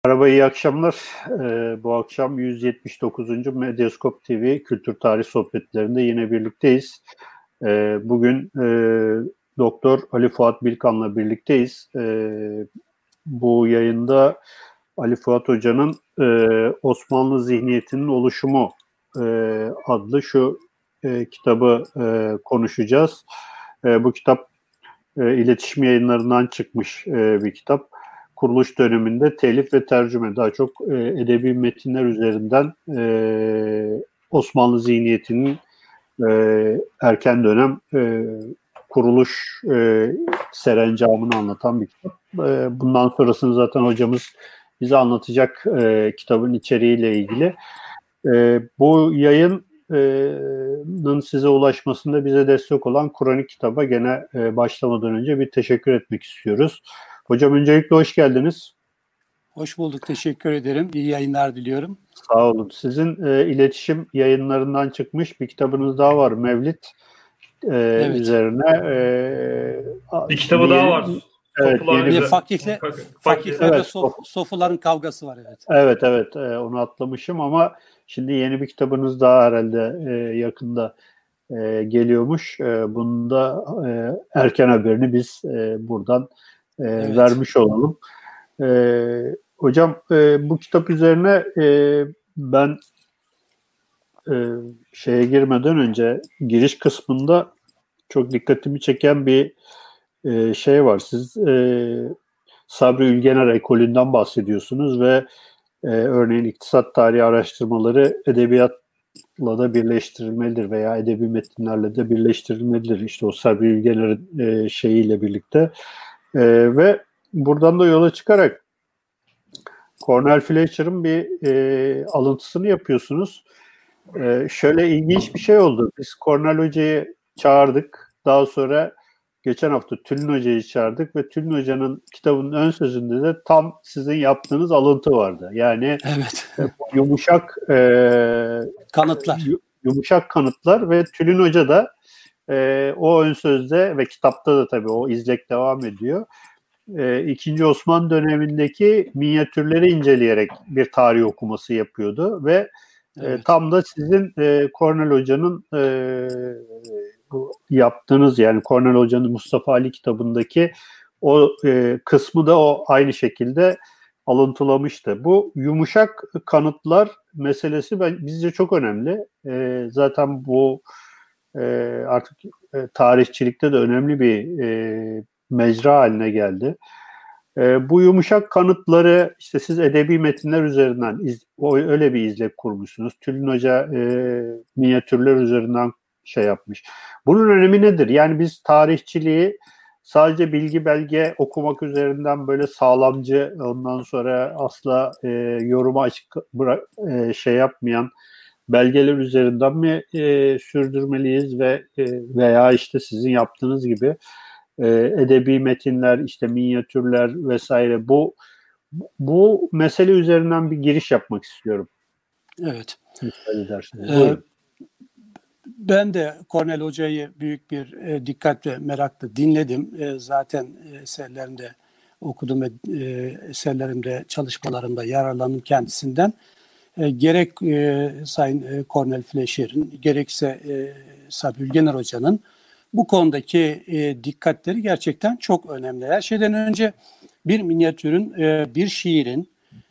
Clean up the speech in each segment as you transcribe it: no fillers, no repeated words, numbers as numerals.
Merhaba, iyi akşamlar. Bu akşam 179. Medyaskop TV Kültür Tarih Sohbetlerinde yine birlikteyiz. Bugün Doktor Ali Fuat Bilkan'la birlikteyiz. Bu yayında Ali Fuat Hoca'nın Osmanlı Zihniyetinin Oluşumu adlı şu kitabı konuşacağız. Bu kitap iletişim yayınlarından çıkmış bir kitap. Kuruluş döneminde telif ve tercüme, daha çok edebi metinler üzerinden Osmanlı zihniyetinin erken dönem kuruluş serencamını anlatan bir kitap. Bundan sonrasını zaten hocamız bize anlatacak kitabın içeriğiyle ilgili. Bu yayının size ulaşmasında bize destek olan Kur'an-ı Kitap'a gene başlamadan önce bir teşekkür etmek istiyoruz. Hocam öncelikle hoş geldiniz. Hoş bulduk, teşekkür ederim. İyi yayınlar diliyorum. Sağ olun. Sizin iletişim yayınlarından çıkmış bir kitabınız daha var, Mevlid Evet. üzerine. Bir kitabı daha var. Evet, Fakihlerle sofuların kavgası var, evet. Evet, onu atlamışım ama şimdi yeni bir kitabınız daha herhalde yakında geliyormuş. Bunun da erken haberini biz buradan vermiş olalım. Hocam bu kitap üzerine ben şeye girmeden önce giriş kısmında çok dikkatimi çeken bir şey var. Siz Sabri Ülgener ekolünden bahsediyorsunuz ve örneğin iktisat tarihi araştırmaları edebiyatla da birleştirilmelidir veya edebi metinlerle de birleştirilmelidir. İşte o Sabri Ülgener'in şeyiyle birlikte. Ve buradan da yola çıkarak Cornel Fletcher'ın bir alıntısını yapıyorsunuz. Şöyle ilginç bir şey oldu. Biz Cornel Hoca'yı çağırdık. Daha sonra geçen hafta Tülin Hoca'yı çağırdık ve Tülin Hoca'nın kitabının ön sözünde de tam sizin yaptığınız alıntı vardı. Yani evet. Yumuşak kanıtlar. Yumuşak kanıtlar ve Tülin Hoca da o ön sözde ve kitapta da tabii o izlek devam ediyor. İkinci Osmanlı dönemindeki minyatürleri inceleyerek bir tarih okuması yapıyordu ve tam da sizin Cornel Hoca'nın bu yaptığınız, yani Cornel Hoca'nın Mustafa Ali kitabındaki o kısmı da o aynı şekilde alıntılamıştı. Bu yumuşak kanıtlar meselesi bizce çok önemli. Zaten bu artık tarihçilikte de önemli bir mecra haline geldi. Bu yumuşak kanıtları işte siz edebi metinler üzerinden öyle bir izlek kurmuşsunuz. Tülin Hoca minyatürler üzerinden şey yapmış. Bunun önemi nedir? Yani biz tarihçiliği sadece bilgi belge okumak üzerinden böyle sağlamcı, ondan sonra asla yoruma açık şey yapmayan belgeler üzerinden mi sürdürmeliyiz veya işte sizin yaptığınız gibi edebi metinler, işte minyatürler vesaire, bu mesele üzerinden bir giriş yapmak istiyorum. Evet. Müsaade ederseniz. Ben de Cornel Hoca'yı büyük bir dikkat ve merakla dinledim. Zaten eserlerimde okudum ve eserlerimde, çalışmalarımda yararlandım kendisinden. Gerek Sayın Cornel Fletcher'in, gerekse Sabri Ülgener Hoca'nın bu konudaki dikkatleri gerçekten çok önemli. Her şeyden önce bir minyatürün, bir şiirin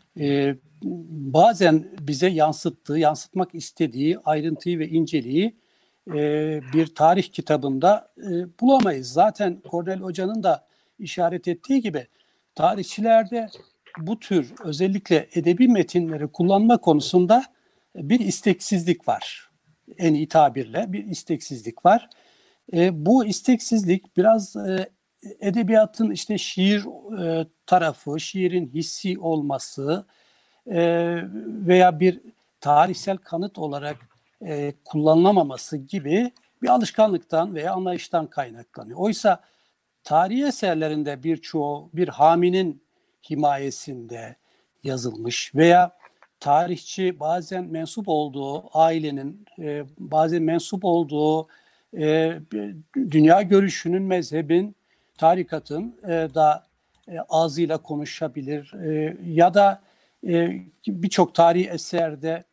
bazen bize yansıtmak istediği ayrıntıyı ve inceliği bir tarih kitabında bulamayız. Zaten Cornel Hoca'nın da işaret ettiği gibi tarihçilerde bu tür özellikle edebi metinleri kullanma konusunda bir isteksizlik var. En iyi tabirle bir isteksizlik var. Bu isteksizlik biraz edebiyatın işte şiir tarafı, şiirin hissi olması veya bir tarihsel kanıt olarak kullanılamaması gibi bir alışkanlıktan veya anlayıştan kaynaklanıyor. Oysa tarihi eserlerinde birçoğu bir haminin himayesinde yazılmış veya tarihçi bazen mensup olduğu ailenin, bazen mensup olduğu dünya görüşünün, mezhebin, tarikatın da ağzıyla konuşabilir ya da birçok tarihi eserde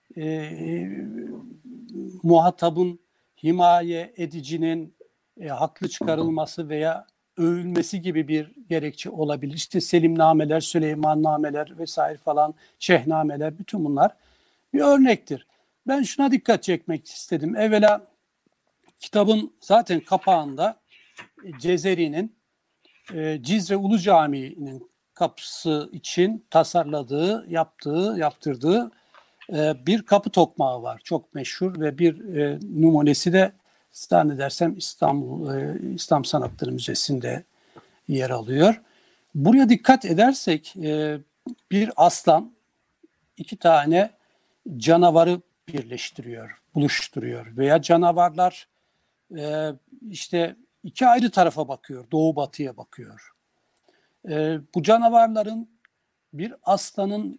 muhatabın himaye edicinin haklı çıkarılması veya övülmesi gibi bir gerekçe olabilir. İşte Selimnameler, Süleymannameler vesaire falan, Şehnameler, bütün bunlar bir örnektir. Ben şuna dikkat çekmek istedim. Evvela kitabın zaten kapağında Cezeri'nin Cizre Ulu Camii'nin kapısı için tasarladığı, yaptırdığı bir kapı tokmağı var. Çok meşhur ve bir numunesi de zannedersem İslam Sanatları Müzesi'nde yer alıyor. Buraya dikkat edersek bir aslan iki tane canavarı birleştiriyor, buluşturuyor veya canavarlar işte iki ayrı tarafa bakıyor, doğu batıya bakıyor. Bu canavarların bir aslanın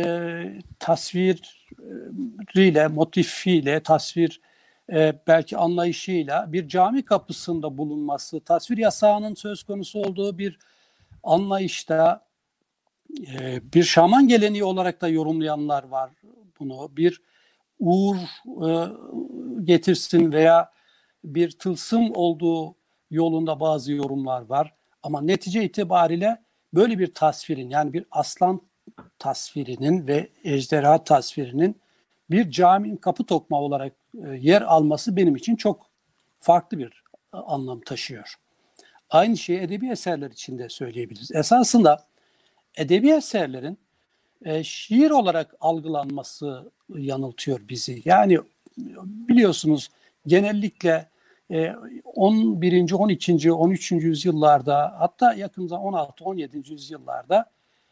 tasviriyle, motifiyle, belki anlayışıyla bir cami kapısında bulunması, tasvir yasağının söz konusu olduğu bir anlayışta bir şaman geleneği olarak da yorumlayanlar var bunu. Bir uğur getirsin veya bir tılsım olduğu yolunda bazı yorumlar var. Ama netice itibariyle böyle bir tasvirin, yani bir aslan tasvirinin ve ejderha tasvirinin bir caminin kapı tokmağı olarak yer alması benim için çok farklı bir anlam taşıyor. Aynı şeyi edebi eserler için de söyleyebiliriz. Esasında edebi eserlerin şiir olarak algılanması yanıltıyor bizi. Yani biliyorsunuz genellikle 11. 12. 13. yüzyıllarda, hatta yakın 16. 17. yüzyıllarda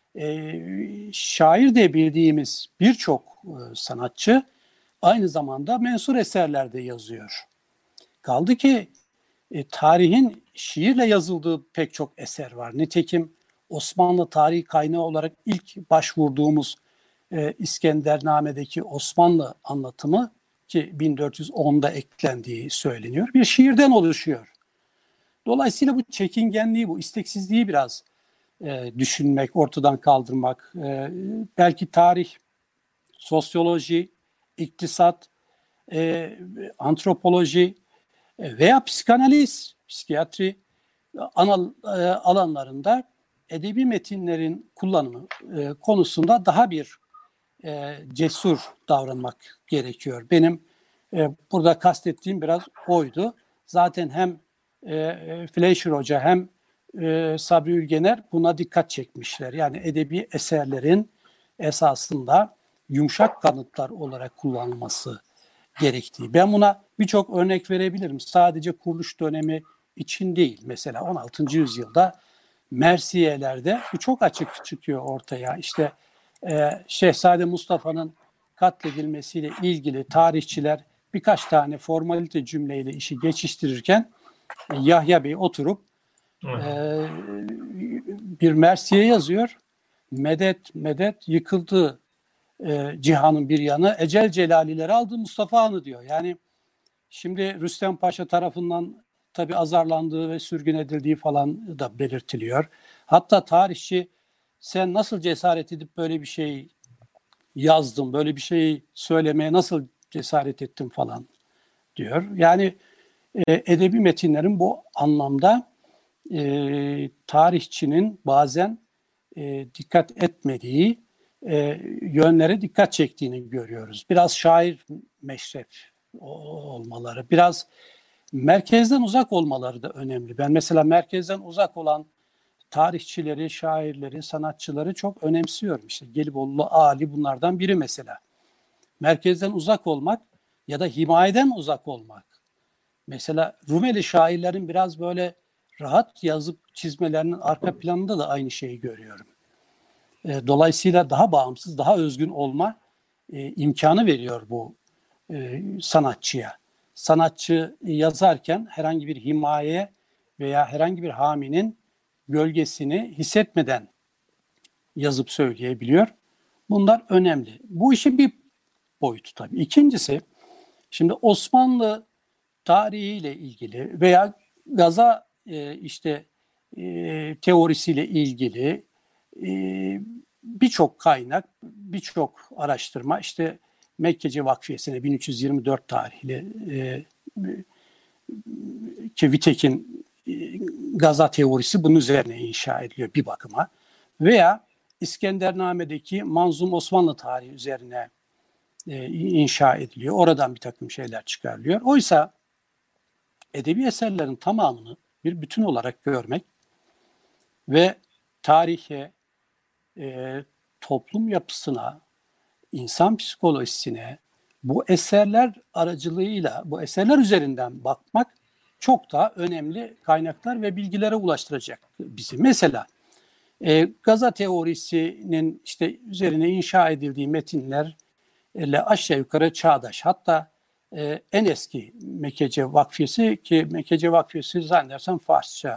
şair de bildiğimiz birçok sanatçı aynı zamanda mensur eserlerde yazıyor. Kaldı ki tarihin şiirle yazıldığı pek çok eser var. Nitekim Osmanlı tarihi kaynağı olarak ilk başvurduğumuz İskendername'deki Osmanlı anlatımı, ki 1410'da eklendiği söyleniyor, bir şiirden oluşuyor. Dolayısıyla bu çekingenliği, bu isteksizliği biraz düşünmek, ortadan kaldırmak, belki tarih, sosyoloji, iktisat, antropoloji veya psikanaliz, psikiyatri alanlarında edebi metinlerin kullanımı konusunda daha bir cesur davranmak gerekiyor. Benim burada kastettiğim biraz oydu. Zaten hem Fleischer Hoca hem Sabri Ülgener buna dikkat çekmişler. Yani edebi eserlerin esasında yumuşak kanıtlar olarak kullanılması gerektiği. Ben buna birçok örnek verebilirim. Sadece kuruluş dönemi için değil. Mesela 16. yüzyılda mersiyelerde bu çok açık çıkıyor ortaya. İşte Şehzade Mustafa'nın katledilmesiyle ilgili tarihçiler birkaç tane formalite cümleyle işi geçiştirirken Yahya Bey oturup bir mersiye yazıyor. Medet, medet, yıkıldı cihanın bir yanı, ecel celalileri aldı Mustafa Han'ı diyor. Yani şimdi Rüstem Paşa tarafından tabii azarlandığı ve sürgün edildiği falan da belirtiliyor. Hatta tarihçi sen nasıl cesaret edip böyle bir şey yazdın, böyle bir şeyi söylemeye nasıl cesaret ettin falan diyor. Yani edebi metinlerin bu anlamda tarihçinin bazen dikkat etmediği yönlere dikkat çektiğini görüyoruz. Biraz şair meşrep olmaları, biraz merkezden uzak olmaları da önemli. Ben mesela merkezden uzak olan tarihçileri, şairleri, sanatçıları çok önemsiyorum. İşte Gelibolu Ali bunlardan biri mesela. Merkezden uzak olmak ya da himayeden uzak olmak. Mesela Rumeli şairlerin biraz böyle rahat yazıp çizmelerinin arka planında da aynı şeyi görüyorum. Dolayısıyla daha bağımsız, daha özgün olma imkanı veriyor bu sanatçıya. Sanatçı yazarken herhangi bir himaye veya herhangi bir haminin gölgesini hissetmeden yazıp söyleyebiliyor. Bunlar önemli. Bu işin bir boyutu tabii. İkincisi, şimdi Osmanlı tarihiyle ilgili veya Gaza teorisiyle ilgili birçok kaynak, birçok araştırma işte Mekkece Vakfiyesi'ne 1324 tarihli ki Vitek'in Gaza teorisi bunun üzerine inşa ediliyor bir bakıma. Veya İskendername'deki Manzum Osmanlı tarihi üzerine inşa ediliyor. Oradan bir takım şeyler çıkarılıyor. Oysa edebi eserlerin tamamını bir bütün olarak görmek ve tarihe, toplum yapısına, insan psikolojisine bu eserler aracılığıyla, bu eserler üzerinden bakmak çok daha önemli kaynaklar ve bilgilere ulaştıracak bizi. Mesela Gaza teorisinin işte üzerine inşa edildiği metinlerle aşağı yukarı çağdaş. Hatta en eski Mekkece Vakfiyesi ki Mekkece Vakfiyesi zannedersem Farsça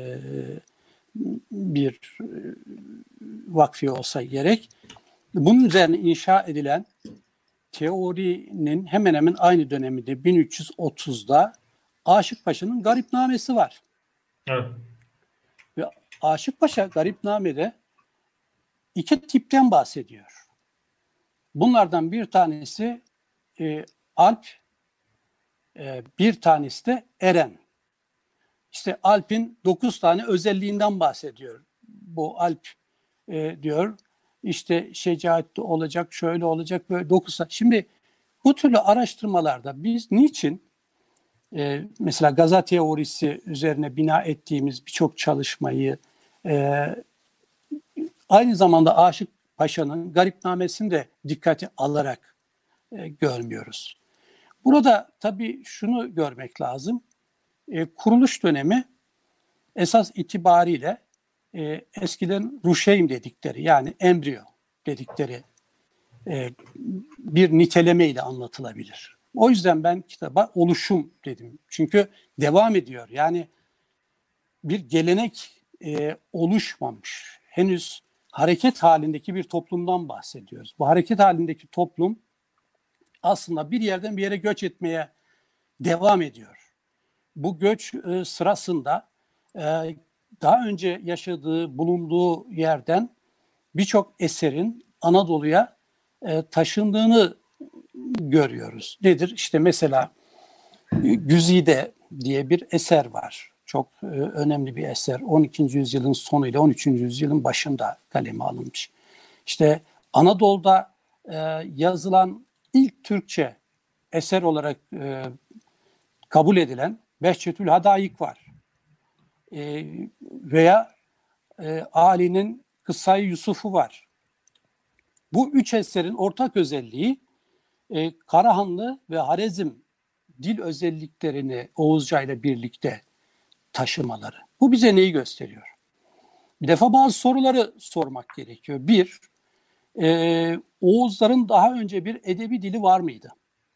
bir vakfiye olsa gerek. Bunun üzerine inşa edilen teorinin hemen hemen aynı döneminde 1330'da Aşık Paşa'nın Garipnamesi var. Evet. Ve Aşık Paşa Garipname'de iki tipten bahsediyor. Bunlardan bir tanesi Alp, bir tanesi de Eren. İşte Alp'in 9 tane özelliğinden bahsediyor. Bu Alp diyor işte şecaatli olacak, şöyle olacak, böyle 9 tane. Şimdi bu türlü araştırmalarda biz niçin mesela Gaza teorisi üzerine bina ettiğimiz birçok çalışmayı aynı zamanda Aşık Paşa'nın Garipnamesini de dikkate alarak görmüyoruz. Burada tabii şunu görmek lazım. Kuruluş dönemi esas itibariyle eskiden Ruşeym dedikleri yani embriyo dedikleri bir niteleme ile anlatılabilir. O yüzden ben kitaba oluşum dedim. Çünkü devam ediyor. Yani bir gelenek oluşmamış. Henüz hareket halindeki bir toplumdan bahsediyoruz. Bu hareket halindeki toplum aslında bir yerden bir yere göç etmeye devam ediyor. Bu göç sırasında daha önce yaşadığı, bulunduğu yerden birçok eserin Anadolu'ya taşındığını görüyoruz. Nedir? İşte mesela Güzide diye bir eser var. Çok önemli bir eser. 12. yüzyılın sonu ile 13. yüzyılın başında kaleme alınmış. İşte Anadolu'da yazılan ilk Türkçe eser olarak kabul edilen Behçetül Hadayık var. Veya Ali'nin Kıssay-ı Yusuf'u var. Bu üç eserin ortak özelliği Karahanlı ve Harezm dil özelliklerini Oğuzca ile birlikte taşımaları. Bu bize neyi gösteriyor? Bir defa bazı soruları sormak gerekiyor. Bir, Oğuzların daha önce bir edebi dili var mıydı?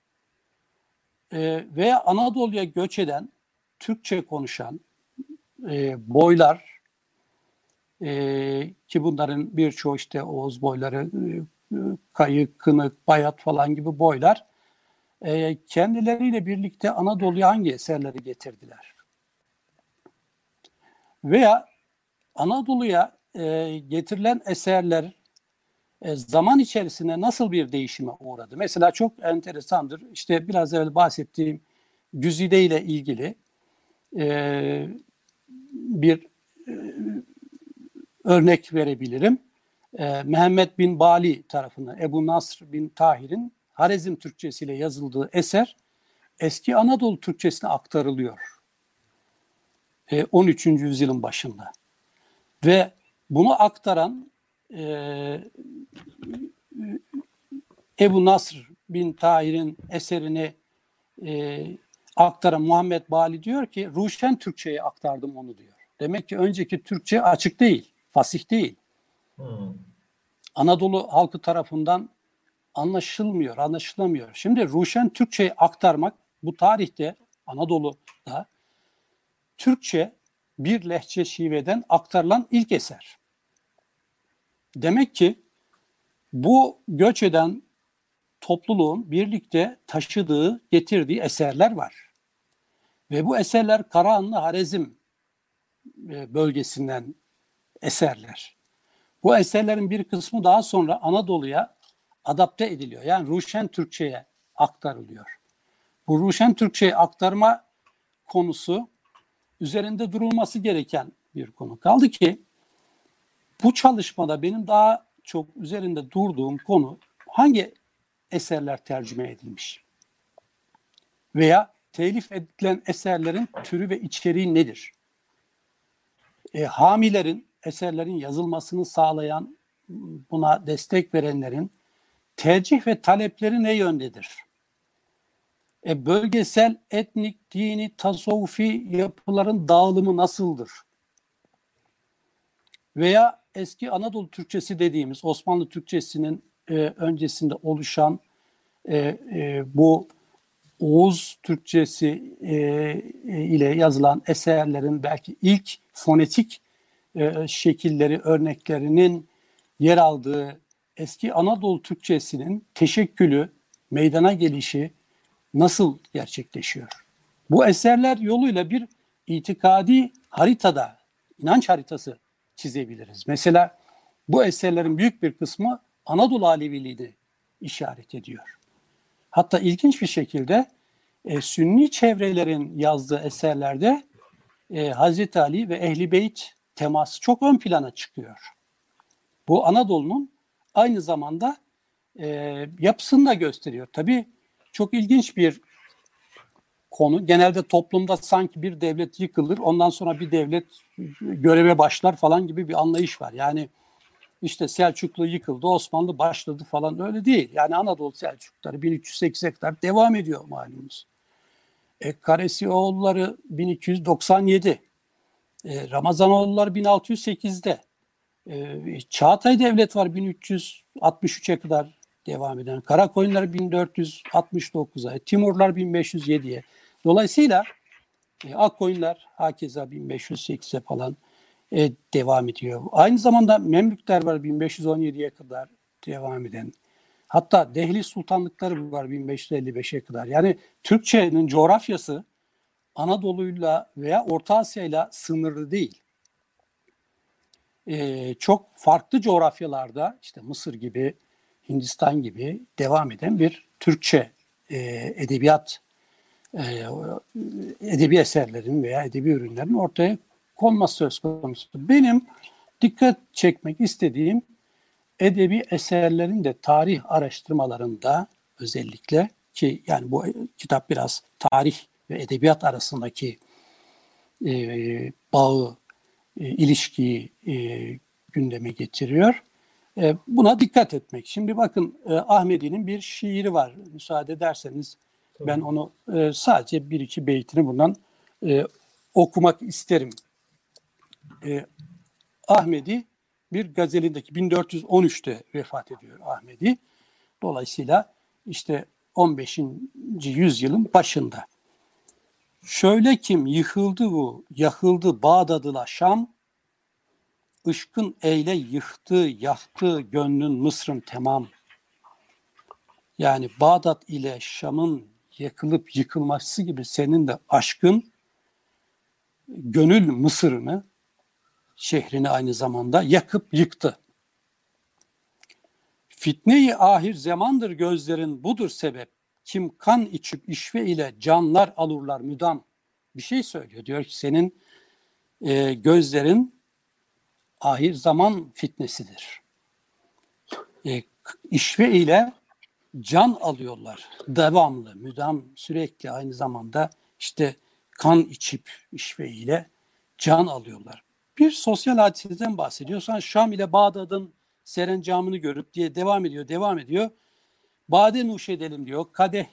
Veya Anadolu'ya göç eden, Türkçe konuşan boylar ki bunların birçoğu işte Oğuz boyları, Kayık, Kınık, Bayat falan gibi boylar kendileriyle birlikte Anadolu'ya hangi eserleri getirdiler? Veya Anadolu'ya getirilen eserler zaman içerisinde nasıl bir değişime uğradı? Mesela çok enteresandır. İşte biraz evvel bahsettiğim Güzide ile ilgili bir örnek verebilirim. Mehmet bin Bali tarafından Ebu Nasr bin Tahir'in Harezm Türkçesiyle yazıldığı eser eski Anadolu Türkçesine aktarılıyor. 13. yüzyılın başında. Ve bunu aktaran Ebu Nasr bin Tahir'in eserini aktaran Muhammed Bali diyor ki Ruşen Türkçe'ye aktardım onu diyor. Demek ki önceki Türkçe açık değil, fasih değil. Anadolu halkı tarafından anlaşılamıyor. Şimdi Ruşen Türkçe'yi aktarmak bu tarihte Anadolu'da Türkçe bir lehçe şiveden aktarılan ilk eser. Demek ki bu göç eden topluluğun birlikte taşıdığı, getirdiği eserler var. Ve bu eserler Karahanlı Harezm bölgesinden eserler. Bu eserlerin bir kısmı daha sonra Anadolu'ya adapte ediliyor. Yani Ruşen Türkçe'ye aktarılıyor. Bu Ruşen Türkçe'ye aktarma konusu üzerinde durulması gereken bir konu. Kaldı ki bu çalışmada benim daha çok üzerinde durduğum konu hangi eserler tercüme edilmiş veya telif edilen eserlerin türü ve içeriği nedir? Hamilerin, eserlerin yazılmasını sağlayan, buna destek verenlerin tercih ve talepleri ne yöndedir? Bölgesel, etnik, dini, tasavvufi yapıların dağılımı nasıldır? Veya eski Anadolu Türkçesi dediğimiz Osmanlı Türkçesinin öncesinde oluşan bu Oğuz Türkçesi ile yazılan eserlerin belki ilk fonetik şekilleri, örneklerinin yer aldığı eski Anadolu Türkçesinin teşekkülü, meydana gelişi nasıl gerçekleşiyor? Bu eserler yoluyla bir itikadi haritada, inanç haritası çizebiliriz. Mesela bu eserlerin büyük bir kısmı Anadolu Aleviliğini işaret ediyor. Hatta ilginç bir şekilde Sünni çevrelerin yazdığı eserlerde Hazreti Ali ve Ehl-i Beyt teması çok ön plana çıkıyor. Bu Anadolu'nun aynı zamanda yapısını da gösteriyor. Tabii çok ilginç bir konu. Genelde toplumda sanki bir devlet yıkılır, ondan sonra bir devlet göreve başlar falan gibi bir anlayış var. Yani işte Selçuklu yıkıldı, Osmanlı başladı falan, öyle değil. Yani Anadolu Selçukluları 1308'e kadar devam ediyor malumunuz. Karesioğulları 1297, Ramazanoğulları 1608'de, Çağatay Devlet var 1363'e kadar devam eden, Karakoyunlar 1469'a, Timurlar 1507'ye. Dolayısıyla Akkoyunlar hakeza 1508'e falan devam ediyor. Aynı zamanda Memlükler var 1517'ye kadar devam eden. Hatta Dehli Sultanlıkları var 1555'e kadar. Yani Türkçenin coğrafyası Anadolu'yla veya Orta Asya'yla sınırlı değil. Çok farklı coğrafyalarda, işte Mısır gibi, Hindistan gibi devam eden bir Türkçe edebi eserlerin veya edebi ürünlerin ortaya konması söz konusu. Benim dikkat çekmek istediğim edebi eserlerin de tarih araştırmalarında özellikle, ki yani bu kitap biraz tarih ve edebiyat arasındaki bağı, ilişkiyi gündeme getiriyor. Buna dikkat etmek. Şimdi bakın, Ahmedi'nin bir şiiri var. Müsaade ederseniz ben onu sadece bir iki beytini buradan okumak isterim. Ahmedi bir gazelindeki 1413'te vefat ediyor Ahmedi. Dolayısıyla işte 15. yüzyılın başında. Şöyle kim yıkıldı bu, yakıldı Bağdat'la Şam, ışkın eyle yıktı, yaktı gönlün Mısır'ın tamam. Yani Bağdat ile Şam'ın yakılıp yıkılması gibi senin de aşkın gönül Mısır'ını, şehrini aynı zamanda yakıp yıktı. Fitne-i ahir zamandır gözlerin budur sebep. Kim kan içip işve ile canlar alırlar müdam. Bir şey söylüyor. Diyor ki senin gözlerin ahir zaman fitnesidir. İşve ile can alıyorlar. Devamlı, müdam, sürekli aynı zamanda işte kan içip işve ile can alıyorlar. Bir sosyal hadiseden bahsediyorsan Şam ile Bağdat'ın serencamını görüp diye devam ediyor. Bade nuş edelim diyor. Kadeh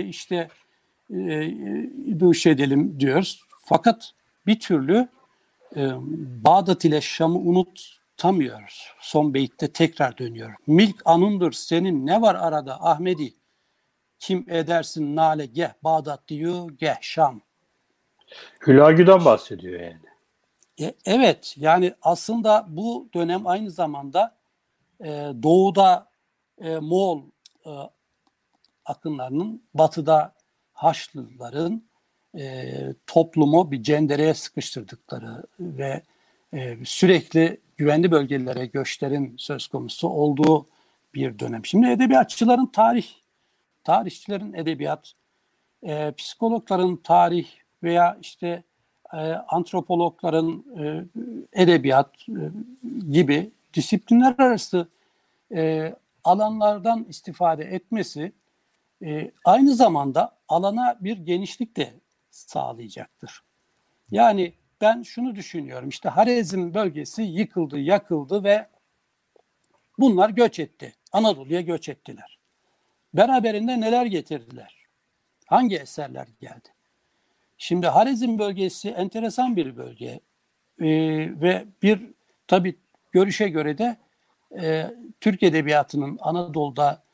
nuş edelim diyoruz. Fakat bir türlü Bağdat ile Şam'ı unutamıyoruz. Son beytte tekrar dönüyor. Milk anundur senin ne var arada Ahmedi? Kim edersin nale geh Bağdat diyor geh Şam. Hülagü'den bahsediyor yani. Evet, yani aslında bu dönem aynı zamanda doğuda Moğol akınlarının, batıda Haçlıların toplumu bir cendereye sıkıştırdıkları ve sürekli güvenli bölgelere göçlerin söz konusu olduğu bir dönem. Şimdi edebiyatçıların tarihçilerin edebiyat, psikologların tarih veya işte antropologların edebiyat gibi disiplinler arası alanlardan istifade etmesi aynı zamanda alana bir genişlik de sağlayacaktır. Yani ben şunu düşünüyorum, işte Harezm bölgesi yıkıldı, yakıldı ve bunlar göç etti. Anadolu'ya göç ettiler. Beraberinde neler getirdiler? Hangi eserler geldi? Şimdi Harezm bölgesi enteresan bir bölge ve bir tabii görüşe göre de Türk edebiyatının Anadolu'da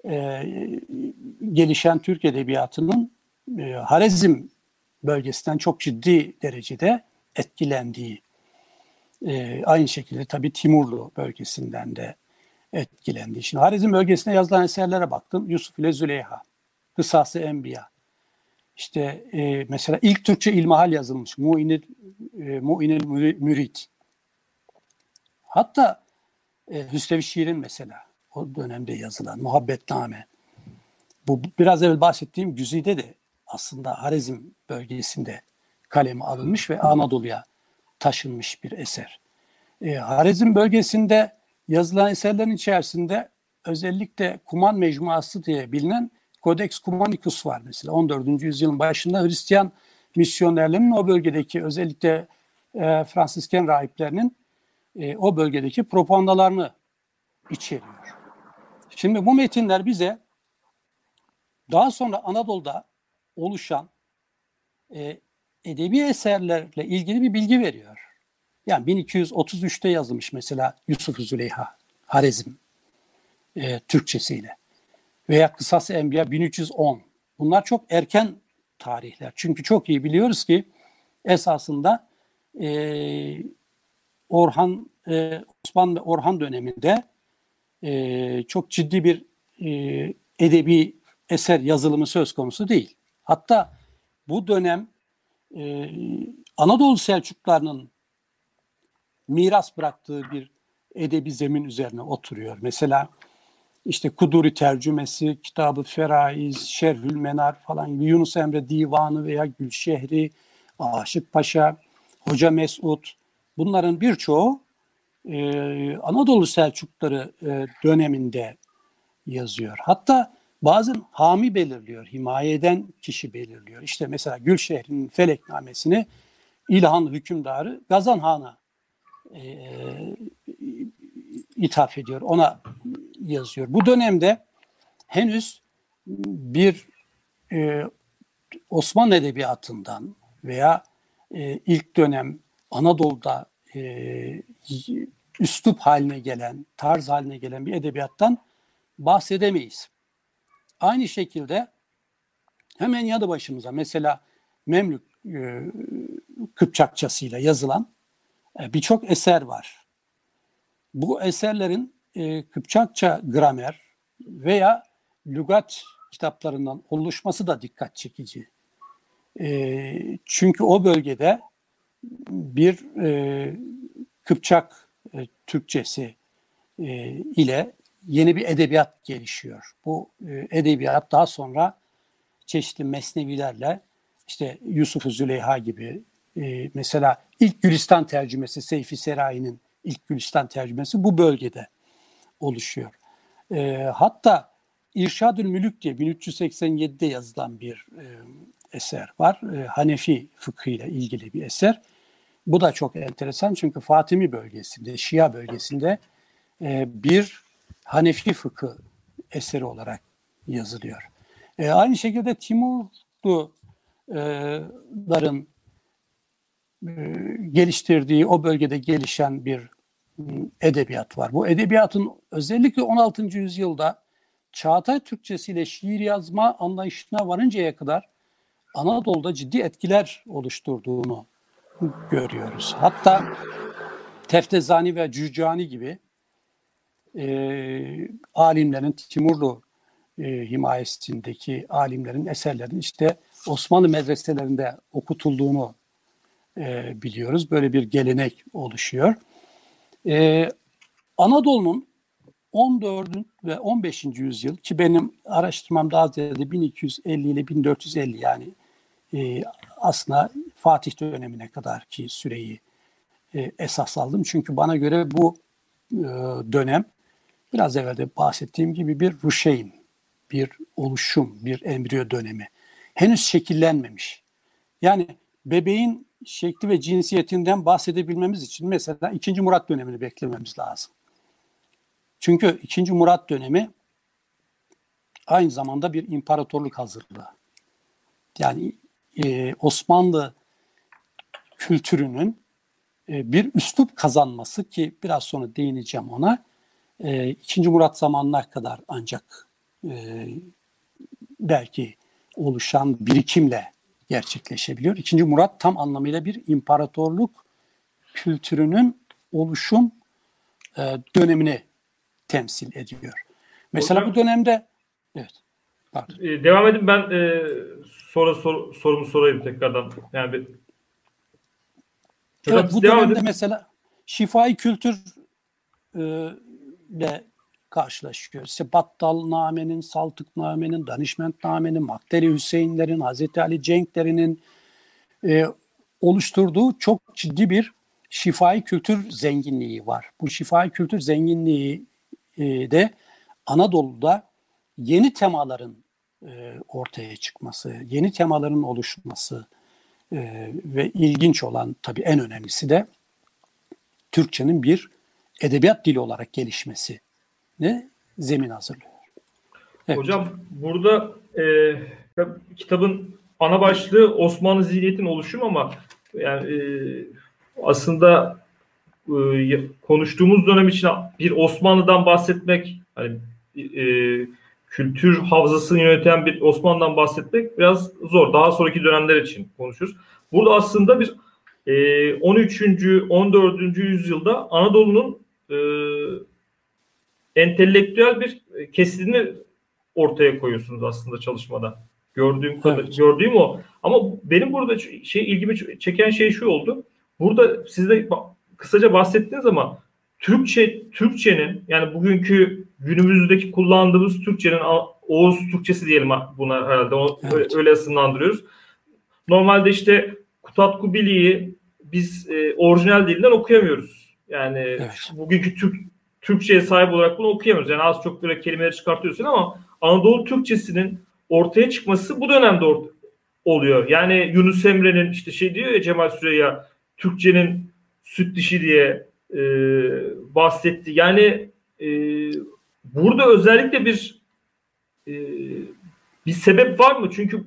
gelişen Türk edebiyatının Harezm bölgesinden çok ciddi derecede etkilendiği, aynı şekilde tabii Timurlu bölgesinden de etkilendiği. Şimdi Harezm bölgesine yazılan eserlere baktım. Yusuf ile Züleyha, Kısas-ı Enbiya. İşte mesela ilk Türkçe ilmihal yazılmış. Mu'inil Mürid. Hatta Hüsrev-i Şiir'in mesela o dönemde yazılan Muhabbetname. Bu biraz evvel bahsettiğim Güzide de aslında Harezm bölgesinde kaleme alınmış ve Anadolu'ya taşınmış bir eser. Harezm bölgesinde yazılan eserlerin içerisinde özellikle Kuman Mecmuası diye bilinen Codex Cumanicus var mesela. 14. yüzyılın başında Hristiyan misyonerlerinin o bölgedeki özellikle Fransisken rahiplerinin o bölgedeki propagandalarını içeriyor. Şimdi bu metinler bize daha sonra Anadolu'da oluşan edebi eserlerle ilgili bir bilgi veriyor. Yani 1233'te yazılmış mesela Yusuf-u Züleyha, Harezm Türkçesiyle. Veya Kısas-ı Enbiya 1310. Bunlar çok erken tarihler. Çünkü çok iyi biliyoruz ki esasında Osmanlı ve Orhan döneminde çok ciddi bir edebi eser yazılımı söz konusu değil. Hatta bu dönem Anadolu Selçuklularının miras bıraktığı bir edebi zemin üzerine oturuyor. Mesela işte Kuduri tercümesi, Kitab-ı Feraiz, Şerhül Menar falan gibi, Yunus Emre Divanı veya Gülşehri, Aşık Paşa, Hoca Mesud, bunların birçoğu Anadolu Selçukluları döneminde yazıyor. Hatta bazen hami belirliyor, himaye eden kişi belirliyor. İşte mesela Gülşehri'nin Feleknamesini İlhan hükümdarı Gazan Han'a ithaf ediyor, ona yazıyor. Bu dönemde henüz bir Osmanlı edebiyatından veya ilk dönem Anadolu'da üslup haline gelen, tarz haline gelen bir edebiyattan bahsedemeyiz. Aynı şekilde hemen yanı başımıza mesela Memlük Kıpçakçasıyla yazılan birçok eser var. Bu eserlerin Kıpçakça gramer veya lügat kitaplarından oluşması da dikkat çekici. Çünkü o bölgede bir Kıpçak Türkçesi ile yeni bir edebiyat gelişiyor. Bu edebiyat daha sonra çeşitli mesnevilerle, işte Yusuf-u Züleyha gibi, mesela ilk Gülistan tercümesi, Seyfi Serayi'nin ilk Gülistan tercümesi bu bölgede oluşuyor. Hatta İrşadül Mülük diye 1387'de yazılan bir eser var. Hanefi fıkhıyla ilgili bir eser. Bu da çok enteresan çünkü Fatimi bölgesinde, Şia bölgesinde bir Hanefi fıkhı eseri olarak yazılıyor. Aynı şekilde Timurluların geliştirdiği, o bölgede gelişen bir edebiyat var. Bu edebiyatın özellikle 16. yüzyılda Çağatay Türkçesiyle şiir yazma anlayışına varıncaya kadar Anadolu'da ciddi etkiler oluşturduğunu görüyoruz. Hatta Teftezani ve Cüccani gibi alimlerin, Timurlu himayesindeki alimlerin eserlerinin işte Osmanlı medreselerinde okutulduğunu biliyoruz. Böyle bir gelenek oluşuyor. Anadolu'nun 14. ve 15. yüzyıl ki benim araştırmam daha ziyade 1250 ile 1450 yani aslında Fatih dönemine kadar ki süreyi esas aldım. Çünkü bana göre bu dönem biraz evvel de bahsettiğim gibi bir ruşeyn, bir oluşum, bir embriyo dönemi. Henüz şekillenmemiş. Yani bebeğin şekli ve cinsiyetinden bahsedebilmemiz için mesela 2. Murat dönemini beklememiz lazım. Çünkü 2. Murat dönemi aynı zamanda bir imparatorluk hazırlığı. Yani Osmanlı kültürünün bir üslup kazanması ki biraz sonra değineceğim ona. 2. Murat zamanına kadar ancak belki oluşan birikimle gerçekleşebiliyor. 2. Murat tam anlamıyla bir imparatorluk kültürünün oluşum dönemini temsil ediyor. Mesela hocam, bu dönemde evet. Devam edin, ben sorumu sorayım tekrardan. Yani evet, bu dönemde mesela şifai kültür ile karşılaşıyor. İşte Battalname'nin, Saltıkname'nin, Danişmentname'nin, Makteli Hüseyinlerin, Hazreti Ali Cenklerinin oluşturduğu çok ciddi bir şifai kültür zenginliği var. Bu şifai kültür zenginliği de Anadolu'da yeni temaların ortaya çıkması, yeni temaların oluşması ve ilginç olan tabii en önemlisi de Türkçenin bir edebiyat dili olarak gelişmesi ne zemin hazırlıyor. Evet. Hocam burada kitabın ana başlığı Osmanlı zihniyetinin oluşumu ama yani aslında konuştuğumuz dönem için bir Osmanlı'dan bahsetmek, hani kültür havzasını yöneten bir Osmanlı'dan bahsetmek biraz zor. Daha sonraki dönemler için konuşuyoruz. Burada aslında bir 13. 14. yüzyılda Anadolu'nun entelektüel bir kesitini ortaya koyuyorsunuz aslında çalışmada. Gördüğüm o. Ama benim burada ilgimi çeken şey şu oldu. Burada siz de kısaca bahsettiniz ama Türkçenin yani bugünkü günümüzdeki kullandığımız Türkçenin Oğuz Türkçesi diyelim buna herhalde. Evet. Öyle sınırlandırıyoruz. Normalde işte Kutatkubili'yi biz orijinal dilinden okuyamıyoruz. Yani evet. Bugünkü Türkçe'ye sahip olarak bunu okuyamıyoruz. Yani az çok böyle kelimeleri çıkartıyorsun ama Anadolu Türkçesinin ortaya çıkması bu dönemde oluyor. Yani Yunus Emre'nin işte diyor ya Cemal Süreyya Türkçenin süt dişi diye bahsetti. Yani burada özellikle bir sebep var mı? Çünkü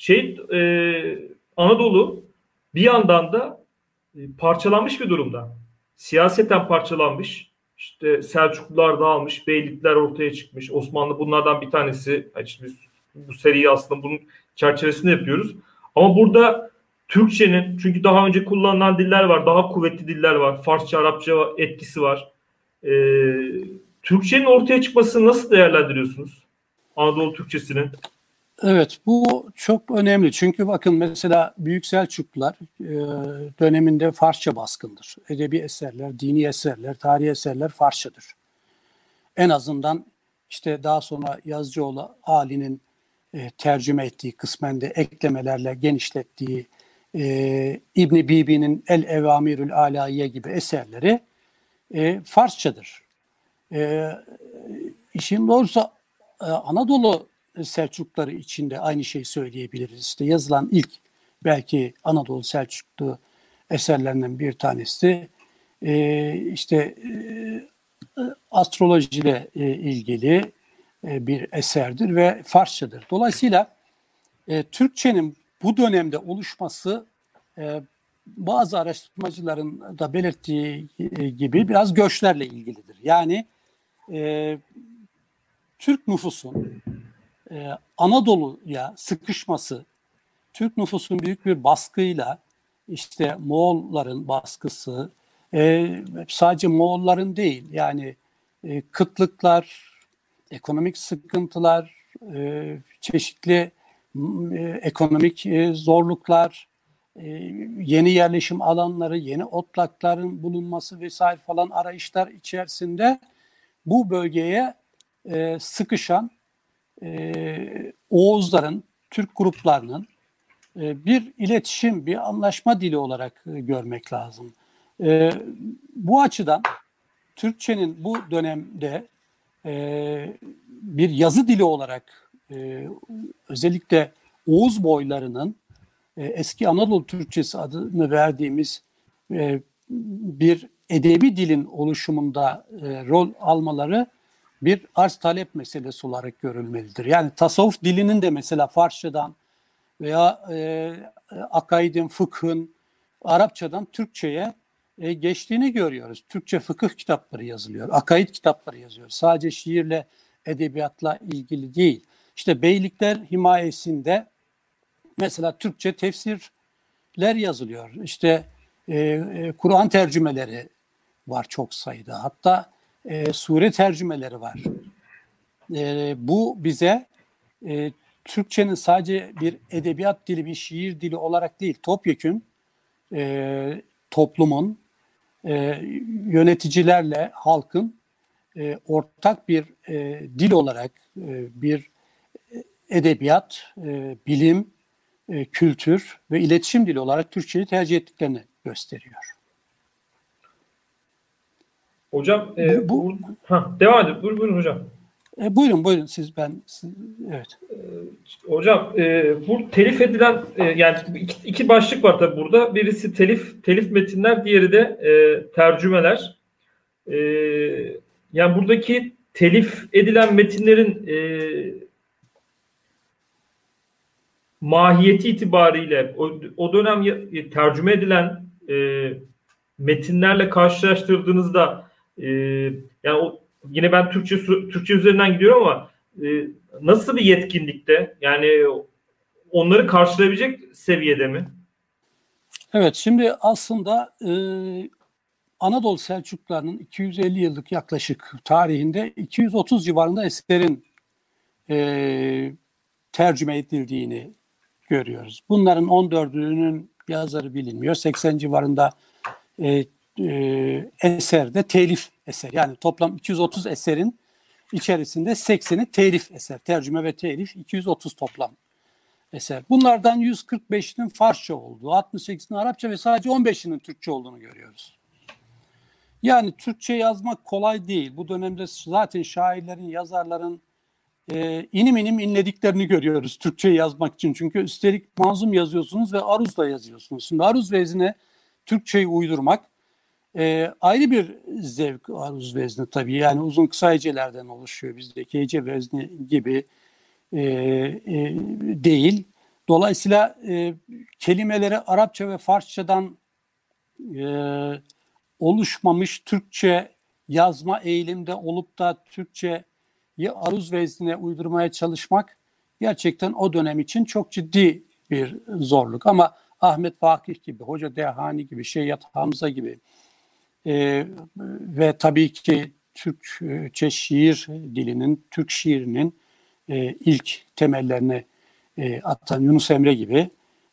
Anadolu bir yandan da parçalanmış bir durumda. Siyaseten parçalanmış. İşte Selçuklular dağılmış, beylikler ortaya çıkmış. Osmanlı bunlardan bir tanesi. İşte biz bu seriyi aslında bunun çerçevesinde yapıyoruz. Ama burada Türkçenin, çünkü daha önce kullanılan diller var, daha kuvvetli diller var. Farsça, Arapça etkisi var. Türkçenin ortaya çıkmasını nasıl değerlendiriyorsunuz? Anadolu Türkçesinin. Evet, bu çok önemli. Çünkü bakın mesela Büyük Selçuklular döneminde Farsça baskındır. Edebi eserler, dini eserler, tarihi eserler Farsçadır. En azından işte daha sonra Yazıcıoğlu Ali'nin tercüme ettiği, kısmen de eklemelerle genişlettiği İbn Bibi'nin El Evamirül Alayiye gibi eserleri Farsçadır. İşin doğrusu Anadolu Selçukluları için de aynı şeyi söyleyebiliriz. İşte yazılan ilk belki Anadolu Selçuklu eserlerinden bir tanesi astrolojiyle ilgili bir eserdir ve Farsçadır. Dolayısıyla Türkçenin bu dönemde oluşması bazı araştırmacıların da belirttiği gibi biraz göçlerle ilgilidir. Yani Türk nüfusun Anadolu'ya sıkışması, Türk nüfusun büyük bir baskıyla işte Moğolların baskısı, sadece Moğolların değil yani kıtlıklar, ekonomik sıkıntılar, çeşitli ekonomik zorluklar, yeni yerleşim alanları, yeni otlakların bulunması vesaire falan arayışlar içerisinde bu bölgeye sıkışan Oğuzların, Türk gruplarının bir iletişim, bir anlaşma dili olarak görmek lazım. Bu açıdan Türkçenin bu dönemde bir yazı dili olarak özellikle Oğuz boylarının eski Anadolu Türkçesi adını verdiğimiz bir edebi dilin oluşumunda rol almaları bir arz talep meselesi olarak görülmelidir. Yani tasavvuf dilinin de mesela Farsçadan veya akaidin, fıkhın, Arapçadan Türkçe'ye geçtiğini görüyoruz. Türkçe fıkıh kitapları yazılıyor, akaid kitapları yazıyor. Sadece şiirle, edebiyatla ilgili değil. İşte beylikler himayesinde mesela Türkçe tefsirler yazılıyor. İşte Kur'an tercümeleri var çok sayıda. Hatta sure tercümeleri var. Bu bize Türkçenin sadece bir edebiyat dili, bir şiir dili olarak değil, topyekün toplumun, yöneticilerle halkın ortak bir dil olarak bir edebiyat, bilim, kültür ve iletişim dili olarak Türkçeyi tercih ettiklerini gösteriyor. Hocam devam edin. Buyurun hocam. Buyurun siz evet. Hocam bu telif edilen yani iki başlık var tabii burada. Birisi telif metinler, diğeri de tercümeler. Yani buradaki telif edilen metinlerin mahiyeti itibariyle o dönem tercüme edilen metinlerle karşılaştırdığınızda yani yine ben Türkçe üzerinden gidiyorum ama nasıl bir yetkinlikte, yani onları karşılayabilecek seviyede mi? Evet, şimdi aslında Anadolu Selçuklularının 250 yıllık yaklaşık tarihinde 230 civarında eserin tercüme edildiğini görüyoruz. Bunların 14'ünün yazarı bilinmiyor. 80 civarında eserde telif eser. Yani toplam 230 eserin içerisinde 80'i telif eser. Tercüme ve telif 230 toplam eser. Bunlardan 145'inin Farsça olduğu, 68'inin Arapça ve sadece 15'inin Türkçe olduğunu görüyoruz. Yani Türkçe yazmak kolay değil. Bu dönemde zaten şairlerin, yazarların inim inim inlediklerini görüyoruz Türkçe yazmak için. Çünkü üstelik manzum yazıyorsunuz ve aruzla yazıyorsunuz. Şimdi aruz vezine Türkçeyi uydurmak ayrı bir zevk, aruz vezni tabii. Yani uzun kısa hecelerden oluşuyor. Bizdeki hece vezni gibi değil. Dolayısıyla kelimeleri Arapça ve Farsçadan oluşmamış Türkçe yazma eğilimde olup da Türkçe'yi aruz veznine uydurmaya çalışmak gerçekten o dönem için çok ciddi bir zorluk. Ama Ahmet Vakıf gibi, Hoca Dehani gibi, Şeyyat Hamza gibi ve tabii ki Türkçe şiir dilinin, Türk şiirinin ilk temellerini atan Yunus Emre gibi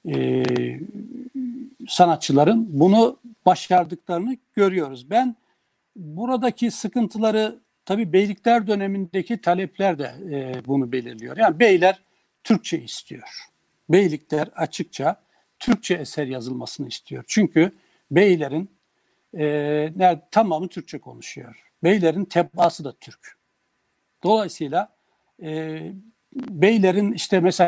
sanatçıların bunu başardıklarını görüyoruz. Ben buradaki sıkıntıları tabii beylikler dönemindeki talepler de bunu belirliyor. Yani beyler Türkçe istiyor. Beylikler açıkça Türkçe eser yazılmasını istiyor. Çünkü beylerin tamamı Türkçe konuşuyor. Beylerin tebaası da Türk. Dolayısıyla beylerin işte mesela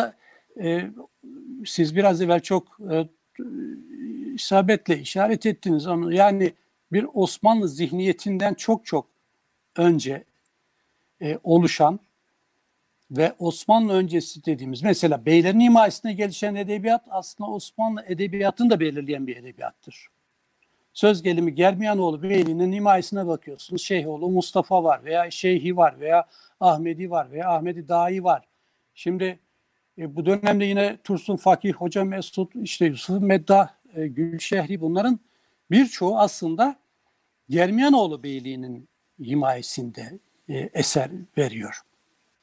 siz biraz evvel çok isabetle işaret ettiniz onu. Yani bir Osmanlı zihniyetinden çok önce oluşan ve Osmanlı öncesi dediğimiz mesela beylerin himayesine gelişen edebiyat aslında Osmanlı edebiyatını da belirleyen bir edebiyattır. Söz gelimi Germiyanoğlu Beyliği'nin himayesine bakıyorsunuz. Şeyhoğlu Mustafa var veya Şeyhi var veya Ahmedi var veya Ahmedi Dahi var. Şimdi bu dönemde yine Tursun Fakih, Hoca Mesut, işte Yusuf Meddah, Gülşehri bunların birçoğu aslında Germiyanoğlu Beyliği'nin himayesinde eser veriyor.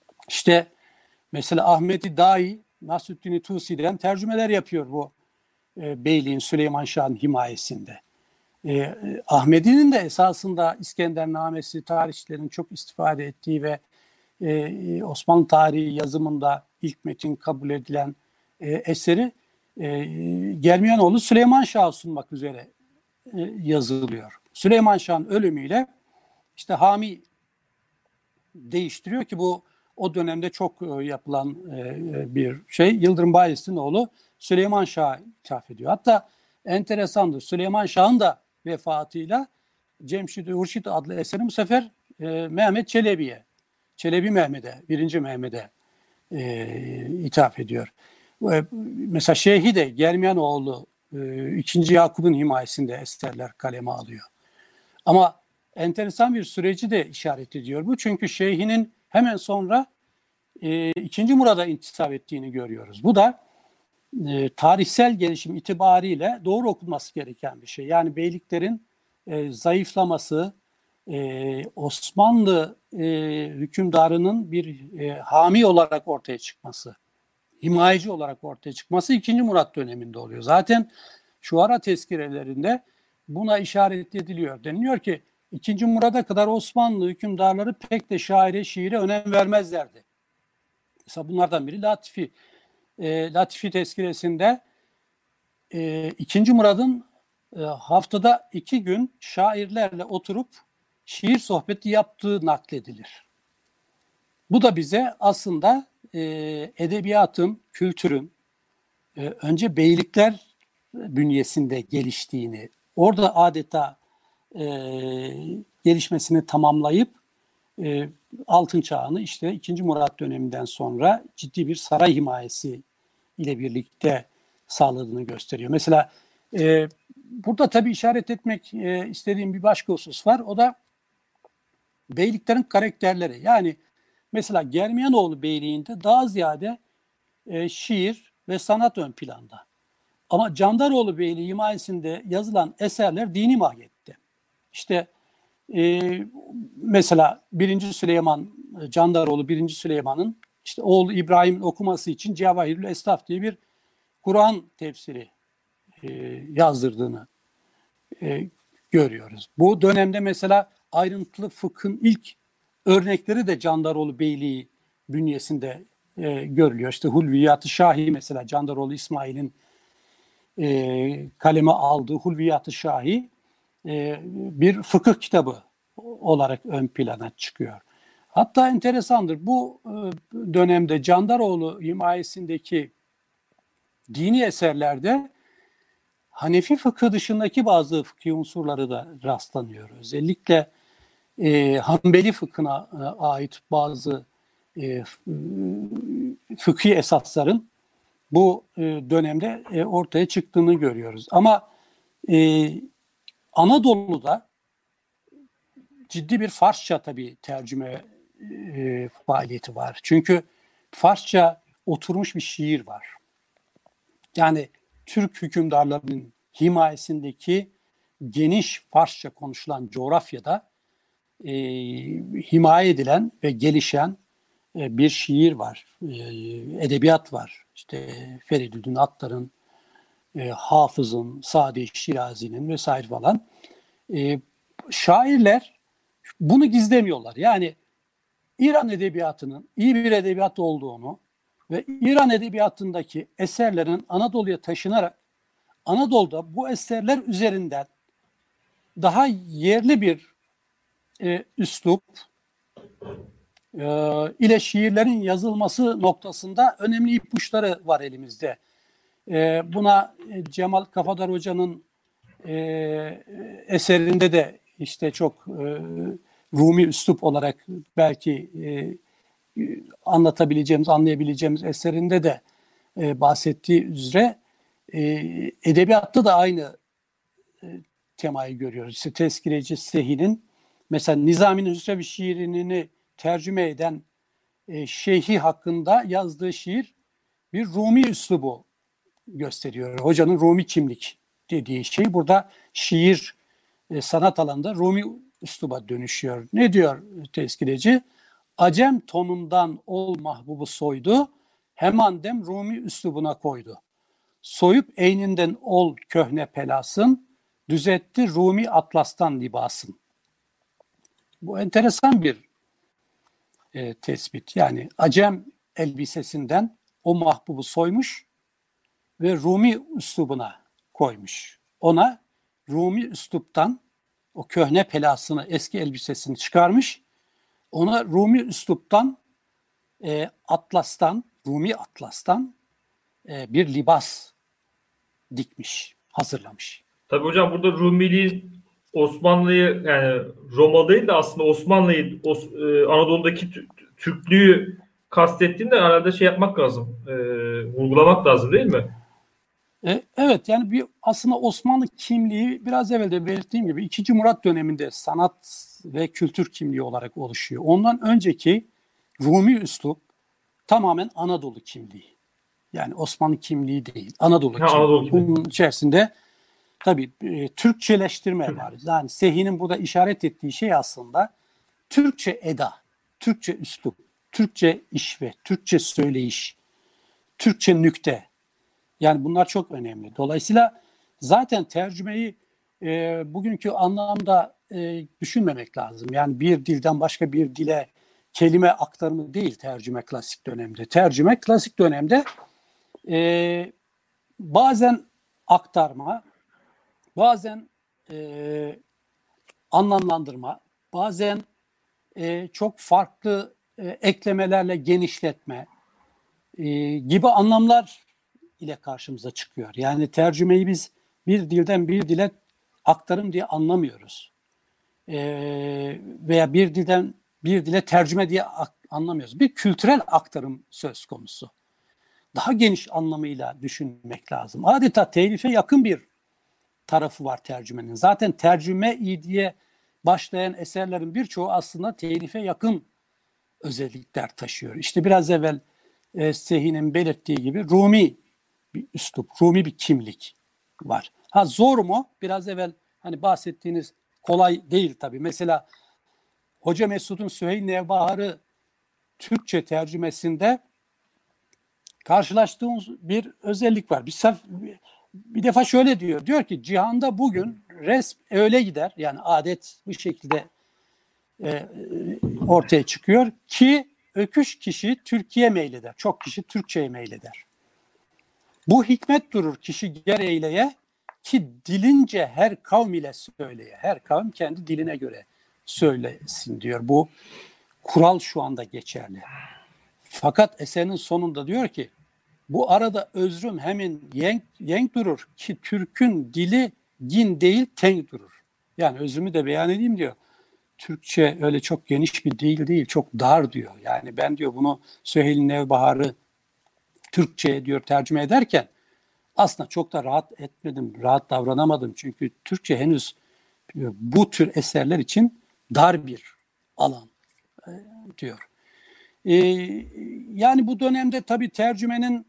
İşte mesela Ahmedi Dahi, Nasüddin Tusi'den tercümeler yapıyor bu beyliğin Süleyman Şah'ın himayesinde. Ahmedi'nin de esasında İskendernamesi tarihçilerin çok istifade ettiği ve Osmanlı tarihi yazımında ilk metin kabul edilen eseri Germiyanoğlu Süleyman Şah'a sunmak üzere yazılıyor. Süleyman Şah'ın ölümüyle işte Hami değiştiriyor ki bu o dönemde çok yapılan bir şey. Yıldırım Bayezid'in oğlu Süleyman Şah'a ithaf ediyor. Hatta enteresandır. Süleyman Şah'ın da vefatıyla Cemşid-i Hurşit adlı eseri bu sefer Mehmet Çelebi'ye, Çelebi Mehmet'e, 1. Mehmet'e ithaf ediyor. Mesela Şeyhi de Germiyanoğlu 2. Yakup'un himayesinde eserler kaleme alıyor. Ama enteresan bir süreci de işaret ediyor bu. Çünkü Şeyhi'nin hemen sonra 2. Murad'a intisap ettiğini görüyoruz. Bu da tarihsel gelişim itibariyle doğru okunması gereken bir şey. Yani beyliklerin zayıflaması, Osmanlı hükümdarının bir hami olarak ortaya çıkması, himayeci olarak ortaya çıkması 2. Murat döneminde oluyor. Zaten Şuara tezkirelerinde buna işaret ediliyor. Deniliyor ki 2. Murat'a kadar Osmanlı hükümdarları pek de şaire, şiire önem vermezlerdi. Mesela bunlardan biri Latifi. Latifi tezkiresinde 2. Murad'ın haftada 2 gün şairlerle oturup şiir sohbeti yaptığı nakledilir. Bu da bize aslında edebiyatın, kültürün önce beylikler bünyesinde geliştiğini, orada adeta gelişmesini tamamlayıp Altın Çağ'ını işte 2. Murat döneminden sonra ciddi bir saray himayesi ile birlikte sağladığını gösteriyor. Mesela burada tabii işaret etmek istediğim bir başka husus var. O da beyliklerin karakterleri. Yani mesela Germiyanoğlu Beyliği'nde daha ziyade şiir ve sanat ön planda. Ama Candaroğlu Beyliği himayesinde yazılan eserler dini mahiyette. İşte mesela 1. Süleyman, Candaroğlu 1. Süleyman'ın işte oğlu İbrahim'in okuması için Cevahirül Esnaf diye bir Kur'an tefsiri yazdırdığını görüyoruz. Bu dönemde mesela ayrıntılı fıkhın ilk örnekleri de Candaroğlu Beyliği bünyesinde görülüyor. İşte Hulviyat-ı Şahi mesela Candaroğlu İsmail'in kaleme aldığı Hulviyat-ı Şahi bir fıkıh kitabı olarak ön plana çıkıyor. Hatta enteresandır. Bu dönemde Candaroğlu himayesindeki dini eserlerde Hanefi fıkhı dışındaki bazı fıkhi unsurları da rastlanıyor. Özellikle Hanbeli fıkhına ait bazı fıkhi esasların bu dönemde ortaya çıktığını görüyoruz. Ama Anadolu'da ciddi bir Farsça tabii tercüme faaliyeti var. Çünkü Farsça oturmuş bir şiir var. Yani Türk hükümdarlarının himayesindeki geniş Farsça konuşulan coğrafyada himaye edilen ve gelişen bir şiir var, edebiyat var. İşte Feridüddin Attar'ın, Hafız'ın, Sadi Şirazi'nin vesaire falan. Şairler bunu gizlemiyorlar. Yani İran edebiyatının iyi bir edebiyat olduğunu ve İran edebiyatındaki eserlerin Anadolu'ya taşınarak Anadolu'da bu eserler üzerinden daha yerli bir üslup ile şiirlerin yazılması noktasında önemli ipuçları var elimizde. Buna Cemal Kafadar Hoca'nın eserinde de işte çok Rumi üslup olarak belki anlayabileceğimiz eserinde de bahsettiği üzere edebiyatta da aynı temayı görüyoruz. İşte Tezkireci Sehi'nin mesela Nizami'nin Hüsrev-i şiirini tercüme eden Şeyhi hakkında yazdığı şiir bir Rumi üslubu gösteriyor. Hocanın Rumi kimlik dediği şey burada şiir sanat alanında Rumi üsluba dönüşüyor. Ne diyor tezkireci? Acem tonundan ol mahbubu soydu, hemen dem Rumi üslubuna koydu. Soyup eyninden ol köhne pelasın, düzetti Rumi atlastan libasın. Bu enteresan bir tespit. Yani Acem elbisesinden o mahbubu soymuş ve Rumi üslubuna koymuş. Ona Rumi üsluptan o köhne pelasını, eski elbisesini çıkarmış. Ona Rumi üsluptan Rumi atlastan bir libas dikmiş, hazırlamış. Tabii hocam burada Rumiliğin Osmanlı'yı, yani Roma değil de aslında Osmanlı'yı, Anadolu'daki Türklüğü kastettiğinde herhalde şey yapmak lazım, vurgulamak lazım değil mi? Evet, yani bir aslında Osmanlı kimliği biraz evvel de belirttiğim gibi 2. Murat döneminde sanat ve kültür kimliği olarak oluşuyor. Ondan önceki Rumi üslup tamamen Anadolu kimliği. Yani Osmanlı kimliği değil, Anadolu kimliği. Anadolu kimliği. Bunun içerisinde tabii Türkçeleştirme var. Yani Sehi'nin burada işaret ettiği şey aslında Türkçe eda, Türkçe üslup, Türkçe işve, Türkçe söyleyiş, Türkçe nükte. Yani bunlar çok önemli. Dolayısıyla zaten tercümeyi bugünkü anlamda düşünmemek lazım. Yani bir dilden başka bir dile kelime aktarımı değil tercüme klasik dönemde. Tercüme klasik dönemde bazen aktarma, bazen anlamlandırma, bazen çok farklı eklemelerle genişletme gibi anlamlar ile karşımıza çıkıyor. Yani tercümeyi biz bir dilden bir dile aktarım diye anlamıyoruz. Veya bir dilden bir dile tercüme diye anlamıyoruz. Bir kültürel aktarım söz konusu. Daha geniş anlamıyla düşünmek lazım. Adeta telife yakın bir tarafı var tercümenin. Zaten tercüme diye başlayan eserlerin birçoğu aslında telife yakın özellikler taşıyor. İşte biraz evvel Sehi'nin belirttiği gibi Rumi bir üslup, Rumi bir kimlik var. Ha zor mu? Biraz evvel hani bahsettiğiniz kolay değil tabii. Mesela Hoca Mesud'un Süheyl Nevbahar'ı Türkçe tercümesinde karşılaştığımız bir özellik var. Bir defa şöyle diyor. Diyor ki cihanda bugün resm öyle gider. Yani adet bu şekilde ortaya çıkıyor ki öküş kişi Türkiye meyleder. Çok kişi Türkçe'ye meyleder. Bu hikmet durur kişi ger eyleye ki dilince her kavm ile söyleye. Her kavim kendi diline göre söylesin diyor. Bu kural şu anda geçerli. Fakat eserinin sonunda diyor ki bu arada özrüm hemin yenk durur ki Türk'ün dili gin değil tenk durur. Yani özrümü de beyan edeyim diyor. Türkçe öyle çok geniş bir dil değil, çok dar diyor. Yani ben diyor bunu Süheyl Nevbahar'ı Türkçe'ye diyor tercüme ederken aslında çok da rahat etmedim, rahat davranamadım. Çünkü Türkçe henüz bu tür eserler için dar bir alan diyor. Yani bu dönemde tabii tercümenin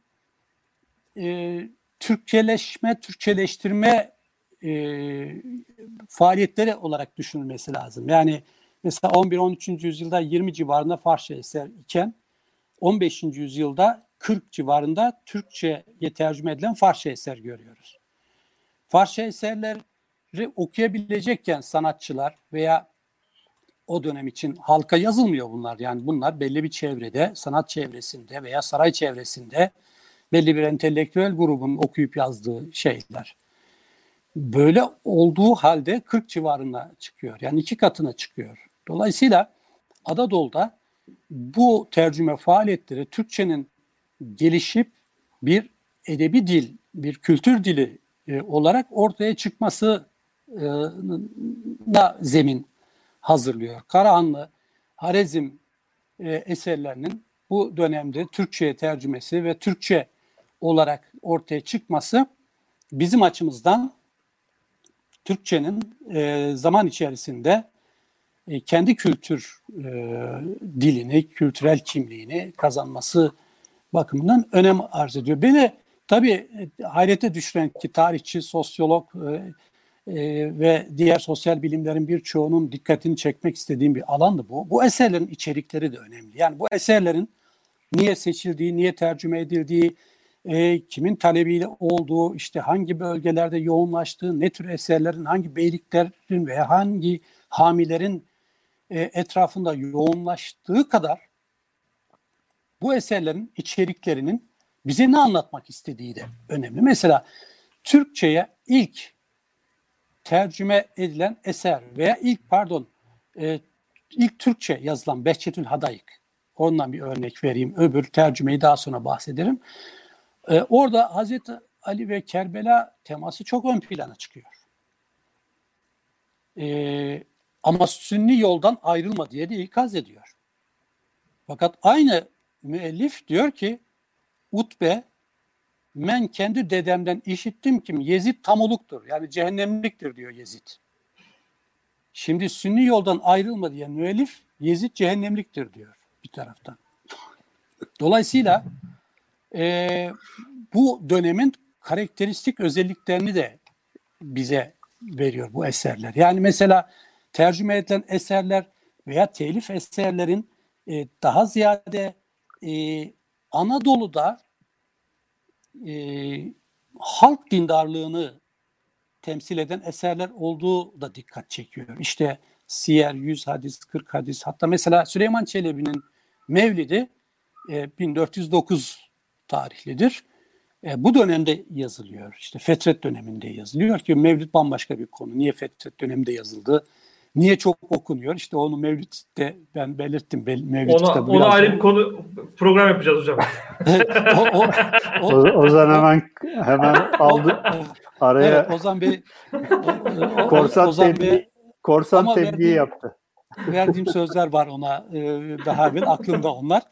Türkçeleştirme faaliyetleri olarak düşünülmesi lazım. Yani mesela 11-13. yüzyılda 20 civarında Farsça eser iken 15. yüzyılda 40 civarında Türkçe'ye tercüme edilen Farsça eser görüyoruz. Farsça eserleri okuyabilecekken sanatçılar veya o dönem için halka yazılmıyor bunlar. Yani bunlar belli bir çevrede, sanat çevresinde veya saray çevresinde belli bir entelektüel grubun okuyup yazdığı şeyler. Böyle olduğu halde 40 civarına çıkıyor. Yani 2 katına çıkıyor. Dolayısıyla Anadolu'da bu tercüme faaliyetleri Türkçenin gelişip bir edebi dil, bir kültür dili olarak ortaya çıkmasına zemin hazırlıyor. Karahanlı, Harezm eserlerinin bu dönemde Türkçe'ye tercümesi ve Türkçe olarak ortaya çıkması bizim açımızdan Türkçenin zaman içerisinde kendi kültür dilini, kültürel kimliğini kazanması bakımından önem arz ediyor. Beni tabii hayrete düşüren ki tarihçi, sosyolog ve diğer sosyal bilimlerin birçoğunun dikkatini çekmek istediğim bir alandı bu. Bu eserlerin içerikleri de önemli. Yani bu eserlerin niye seçildiği, niye tercüme edildiği kimin talebiyle olduğu, işte hangi bölgelerde yoğunlaştığı, ne tür eserlerin, hangi beyliklerin veya hangi hamilerin etrafında yoğunlaştığı kadar bu eserlerin içeriklerinin bize ne anlatmak istediği de önemli. Mesela Türkçe'ye ilk tercüme edilen eser veya ilk Türkçe yazılan Behçetül Hadayık. Ondan bir örnek vereyim. Öbür tercümeyi daha sonra bahsederim. Orada Hazreti Ali ve Kerbela teması çok ön plana çıkıyor. Ama Sünni yoldan ayrılma diye de ikaz ediyor. Fakat aynı müellif diyor ki Utbe, ben kendi dedemden işittim ki Yezid tamoluktur. Yani cehennemliktir diyor Yezid. Şimdi Sünni yoldan ayrılma diyen müellif Yezid cehennemliktir diyor bir taraftan. Dolayısıyla bu dönemin karakteristik özelliklerini de bize veriyor bu eserler. Yani mesela tercüme edilen eserler veya telif eserlerin daha ziyade Anadolu'da halk dindarlığını temsil eden eserler olduğu da dikkat çekiyor. İşte Siyer, 100 hadis, 40 hadis, hatta mesela Süleyman Çelebi'nin Mevlidi 1409 tarihlidir. Bu dönemde yazılıyor. İşte Fetret döneminde yazılıyor ki Mevlid bambaşka bir konu. Niye Fetret döneminde yazıldı? Niye çok okunuyor? İşte onu Mevlid'de ben belirttim. Mevlid kitabı ona ayrı bir konu program yapacağız hocam. Ozan hemen aldı araya. Evet, Ozan Bey korsan tebliğ yaptı. Verdiğim sözler var ona daha evvel aklımda onlar.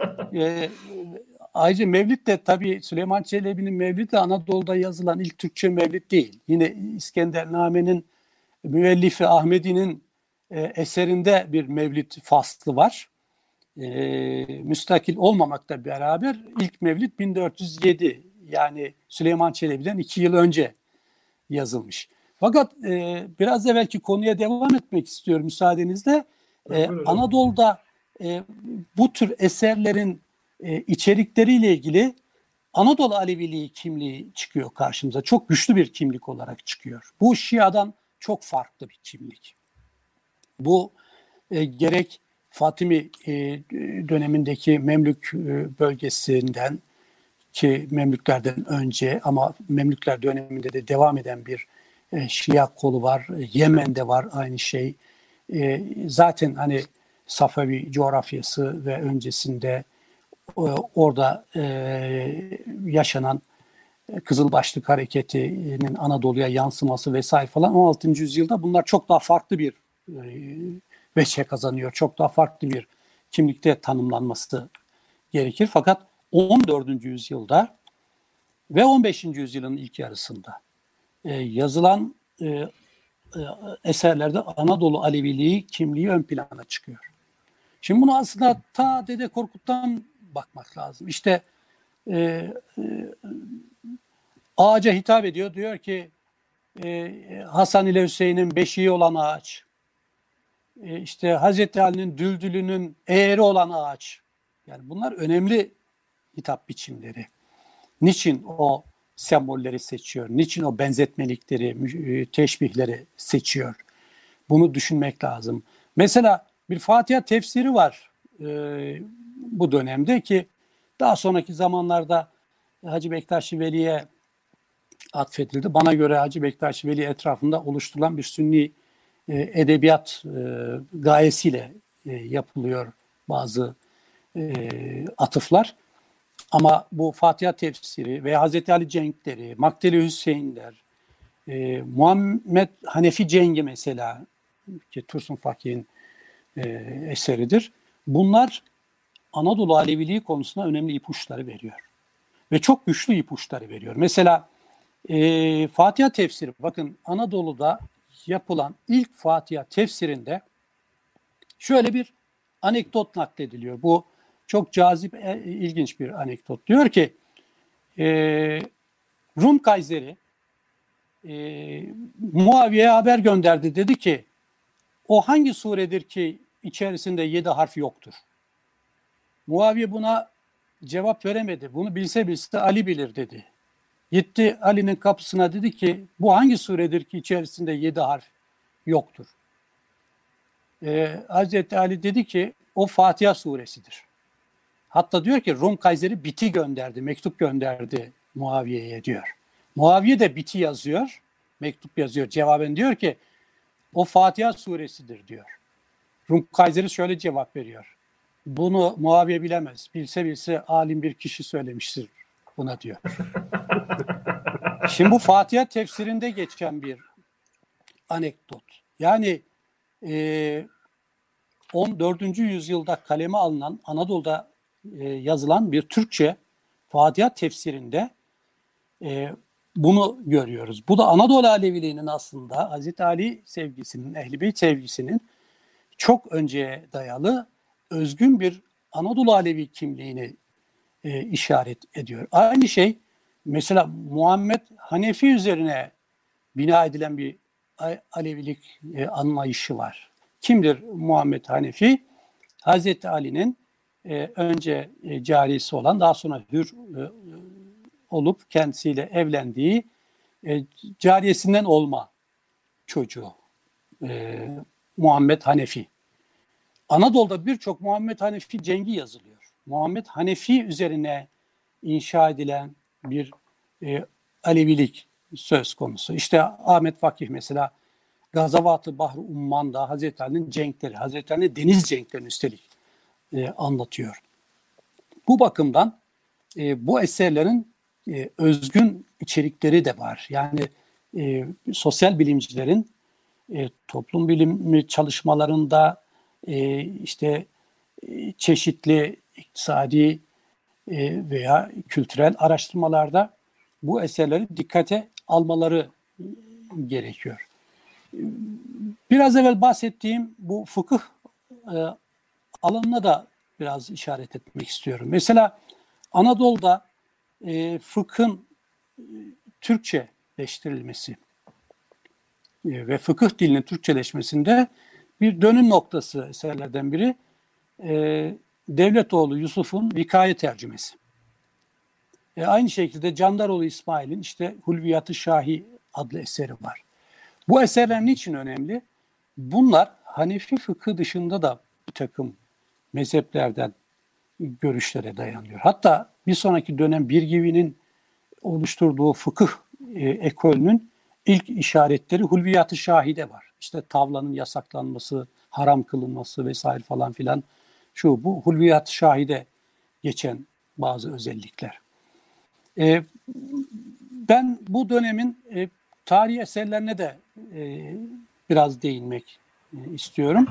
Ayrıca Mevlid de tabii Süleyman Çelebi'nin Mevlid de Anadolu'da yazılan ilk Türkçe Mevlid değil. Yine İskendername'nin müellifi Ahmedi'nin eserinde bir Mevlid faslı var. Müstakil olmamakla beraber ilk Mevlid 1407, yani Süleyman Çelebi'den 2 yıl önce yazılmış. Fakat biraz evvelki konuya devam etmek istiyorum müsaadenizle. Anadolu'da bu tür eserlerin içerikleriyle ilgili Anadolu Aleviliği kimliği çıkıyor karşımıza. Çok güçlü bir kimlik olarak çıkıyor. Bu Şia'dan çok farklı bir kimlik. Bu gerek Fatimi dönemindeki Memlük bölgesinden, ki Memlüklerden önce ama Memlükler döneminde de devam eden bir Şia kolu var. Yemen'de var aynı şey. Zaten hani Safevi coğrafyası ve öncesinde orada yaşanan Kızılbaşlık Hareketi'nin Anadolu'ya yansıması vesaire falan 16. yüzyılda bunlar çok daha farklı bir veçe kazanıyor. Çok daha farklı bir kimlikte tanımlanması gerekir. Fakat 14. yüzyılda ve 15. yüzyılın ilk yarısında yazılan eserlerde Anadolu Aleviliği kimliği ön plana çıkıyor. Şimdi bunu aslında ta Dede Korkut'tan bakmak lazım. İşte ağaca hitap ediyor. Diyor ki Hasan ile Hüseyin'in beşiği olan ağaç. İşte Hazreti Ali'nin düldülünün eğeri olan ağaç. Yani bunlar önemli hitap biçimleri. Niçin o sembolleri seçiyor? Niçin o benzetmelikleri, teşbihleri seçiyor? Bunu düşünmek lazım. Mesela bir Fatiha tefsiri var bu dönemde ki daha sonraki zamanlarda Hacı Bektaşi Veli'ye atfedildi. Bana göre Hacı Bektaşi Veli etrafında oluşturulan bir Sünni edebiyat gayesiyle yapılıyor bazı atıflar. Ama bu Fatiha tefsiri ve Hazreti Ali cenkleri, Makteli Hüseyinler, Muhammed Hanefi cengi mesela ki Tursun Fakih'in eseridir. Bunlar Anadolu Aleviliği konusunda önemli ipuçları veriyor. Ve çok güçlü ipuçları veriyor. Mesela Fatiha tefsiri, bakın Anadolu'da yapılan ilk Fatiha tefsirinde şöyle bir anekdot naklediliyor. Bu çok cazip, ilginç bir anekdot. Diyor ki Rum Kayseri Muaviye'ye haber gönderdi. Dedi ki o hangi suredir ki içerisinde 7 harf yoktur? Muaviye buna cevap veremedi. Bunu bilse bilse Ali bilir dedi. Gitti Ali'nin kapısına, dedi ki bu hangi suredir ki içerisinde 7 harf yoktur? Hazreti Ali dedi ki o Fatiha suresidir. Hatta diyor ki Rum Kayseri biti gönderdi, mektup gönderdi Muaviye'ye diyor. Muaviye de biti yazıyor, mektup yazıyor. Cevaben diyor ki o Fatiha suresidir diyor. Rum Kayseri şöyle cevap veriyor. Bunu Muaviye bilemez. Bilse bilse alim bir kişi söylemiştir buna diyor. Şimdi bu Fatiha tefsirinde geçen bir anekdot. Yani 14. yüzyılda kaleme alınan, Anadolu'da yazılan bir Türkçe Fatiha tefsirinde bunu görüyoruz. Bu da Anadolu Aleviliğinin aslında Hazreti Ali sevgisinin, Ehl-i Beyt sevgisinin çok önceye dayalı özgün bir Anadolu Alevi kimliğini işaret ediyor. Aynı şey mesela Muhammed Hanefi üzerine bina edilen bir Alevilik anlayışı var. Kimdir Muhammed Hanefi? Hazreti Ali'nin önce carisi olan, daha sonra hür olup kendisiyle evlendiği cariyesinden olma çocuğu Muhammed Hanefi. Anadolu'da birçok Muhammed Hanefi cengi yazılıyor. Muhammed Hanefi üzerine inşa edilen bir Alevilik söz konusu. İşte Ahmet Vakih mesela Gazavat-ı Bahri Umman'da Hazreti Ali'nin cenkleri, Hazreti Ali'nin deniz cenklerini üstelik anlatıyor. Bu bakımdan bu eserlerin özgün içerikleri de var. Yani sosyal bilimcilerin toplum bilimi çalışmalarında işte çeşitli iktisadi veya kültürel araştırmalarda bu eserleri dikkate almaları gerekiyor. Biraz evvel bahsettiğim bu fıkıh alanına da biraz işaret etmek istiyorum. Mesela Anadolu'da fıkhın Türkçeleştirilmesi ve fıkıh dilinin Türkçeleşmesinde bir dönüm noktası eserlerden biri Devletoğlu Yusuf'un Vikaye tercümesi. Aynı şekilde Candaroğlu İsmail'in işte Hulviyat-ı Şahi adlı eseri var. Bu eserler niçin önemli? Bunlar Hanefi fıkhı dışında da bir takım mezheplerden görüşlere dayanıyor. Hatta bir sonraki dönem Birgivi'nin oluşturduğu fıkıh ekolünün ilk işaretleri Hulviyat-ı Şahi'de var. İşte tavlanın yasaklanması, haram kılınması vesaire falan filan. Bu Hulviyat-ı Şahi'de geçen bazı özellikler. Ben bu dönemin tarihi eserlerine de biraz değinmek istiyorum.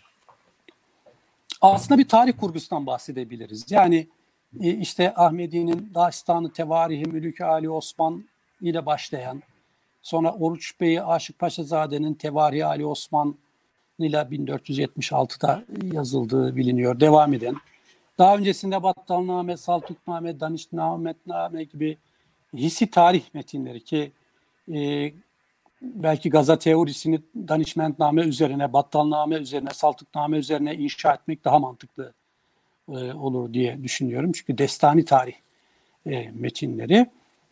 Aslında bir tarih kurgusundan bahsedebiliriz. Yani işte Ahmedi'nin Dağistanı Tevarih-i Mülük-i Ali Osman ile başlayan, sonra Oruç Bey Aşık Paşazade'nin Tevarih-i Ali Osman ile 1476'da yazıldığı biliniyor. Devam eden. Daha öncesinde Battalname, Saltukname, Danişnametname gibi hissi tarih metinleri ki belki Gaza teorisini Danişmentname üzerine, Battalname üzerine, Saltukname üzerine inşa etmek daha mantıklı olur diye düşünüyorum. Çünkü destani tarih metinleri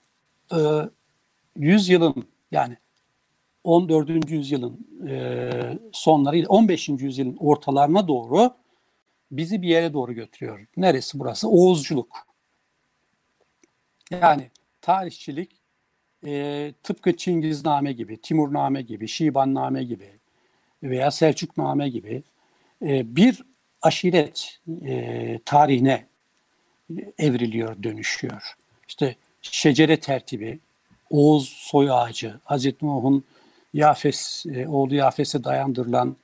yüzyılın yani 14. yüzyılın sonlarıyla 15. yüzyılın ortalarına doğru bizi bir yere doğru götürüyor. Neresi burası? Oğuzculuk. Yani tarihçilik tıpkı Çingizname gibi, Timurname gibi, Şibanname gibi veya Selçukname gibi bir aşiret tarihine evriliyor, dönüşüyor. İşte şecere tertibi, Oğuz soy ağacı, Hazreti Nuh'un oğlu Yafes'e dayandırılan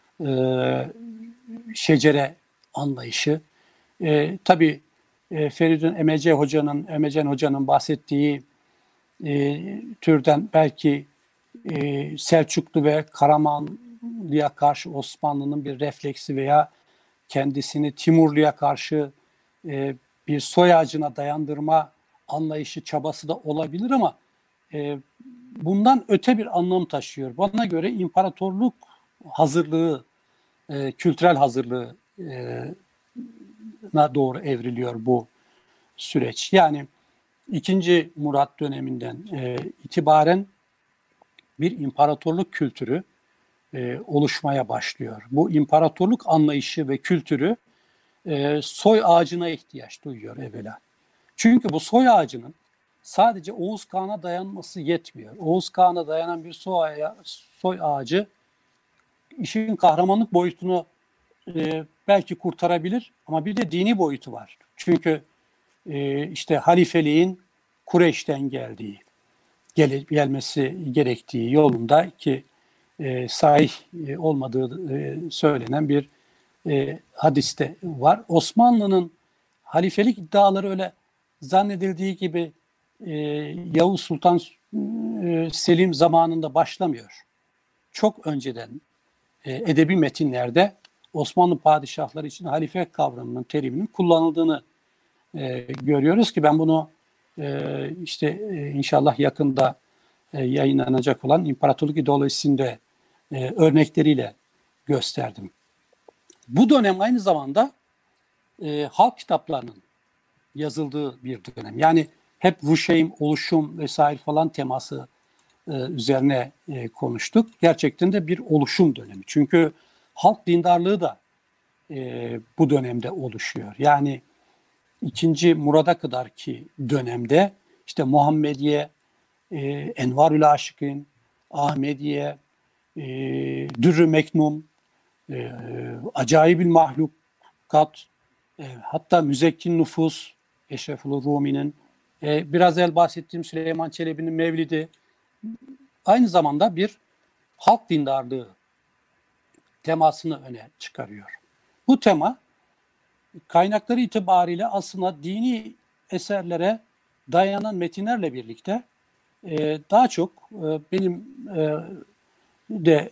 şecere anlayışı. Tabii Feridun Emecen Hoca'nın bahsettiği türden belki Selçuklu ve Karamanlı'ya karşı Osmanlı'nın bir refleksi veya kendisini Timurlu'ya karşı bir soy ağacına dayandırma anlayışı, çabası da olabilir ama bundan öte bir anlam taşıyor. Bana göre imparatorluk hazırlığı, kültürel hazırlığına doğru evriliyor bu süreç. Yani 2. Murat döneminden itibaren bir imparatorluk kültürü oluşmaya başlıyor. Bu imparatorluk anlayışı ve kültürü soy ağacına ihtiyaç duyuyor evvela. Çünkü bu soy ağacının sadece Oğuz Kağan'a dayanması yetmiyor. Oğuz Kağan'a dayanan bir soy ağacı işin kahramanlık boyutunu belki kurtarabilir ama bir de dini boyutu var. Çünkü işte halifeliğin Kureyş'ten gelmesi gerektiği yolunda ki sahih olmadığı söylenen bir hadiste var. Osmanlı'nın halifelik iddiaları öyle zannedildiği gibi Yavuz Sultan Selim zamanında başlamıyor. Çok önceden edebi metinlerde Osmanlı padişahları için halife kavramının, teriminin kullanıldığını görüyoruz ki ben bunu inşallah yakında yayınlanacak olan İmparatorluk İdeolojisi'nde örnekleriyle gösterdim. Bu dönem aynı zamanda halk kitaplarının yazıldığı bir dönem. Yani hep Ruşeym, oluşum vesaire falan teması üzerine konuştuk. Gerçekten de bir oluşum dönemi. Çünkü halk dindarlığı da bu dönemde oluşuyor. Yani 2. Murad'a kadar ki dönemde işte Muhammediye, Envarül Aşıkîn, Ahmediye, Dürr-ü Meknun, Acayibül Mahlukat, hatta Müzekkin Nüfus, Eşreful Rumi'nin, biraz evvel bahsettiğim Süleyman Çelebi'nin Mevlidi, aynı zamanda bir halk dindarlığı temasını öne çıkarıyor. Bu tema kaynakları itibariyle aslında dini eserlere dayanan metinlerle birlikte daha çok benim de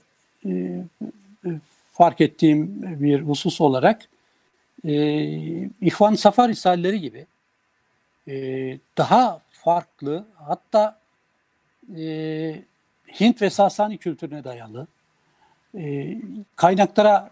fark ettiğim bir husus olarak İhvan-ı Safa Risaleleri gibi daha farklı, hatta Hint ve Sasani kültürüne dayalı kaynaklara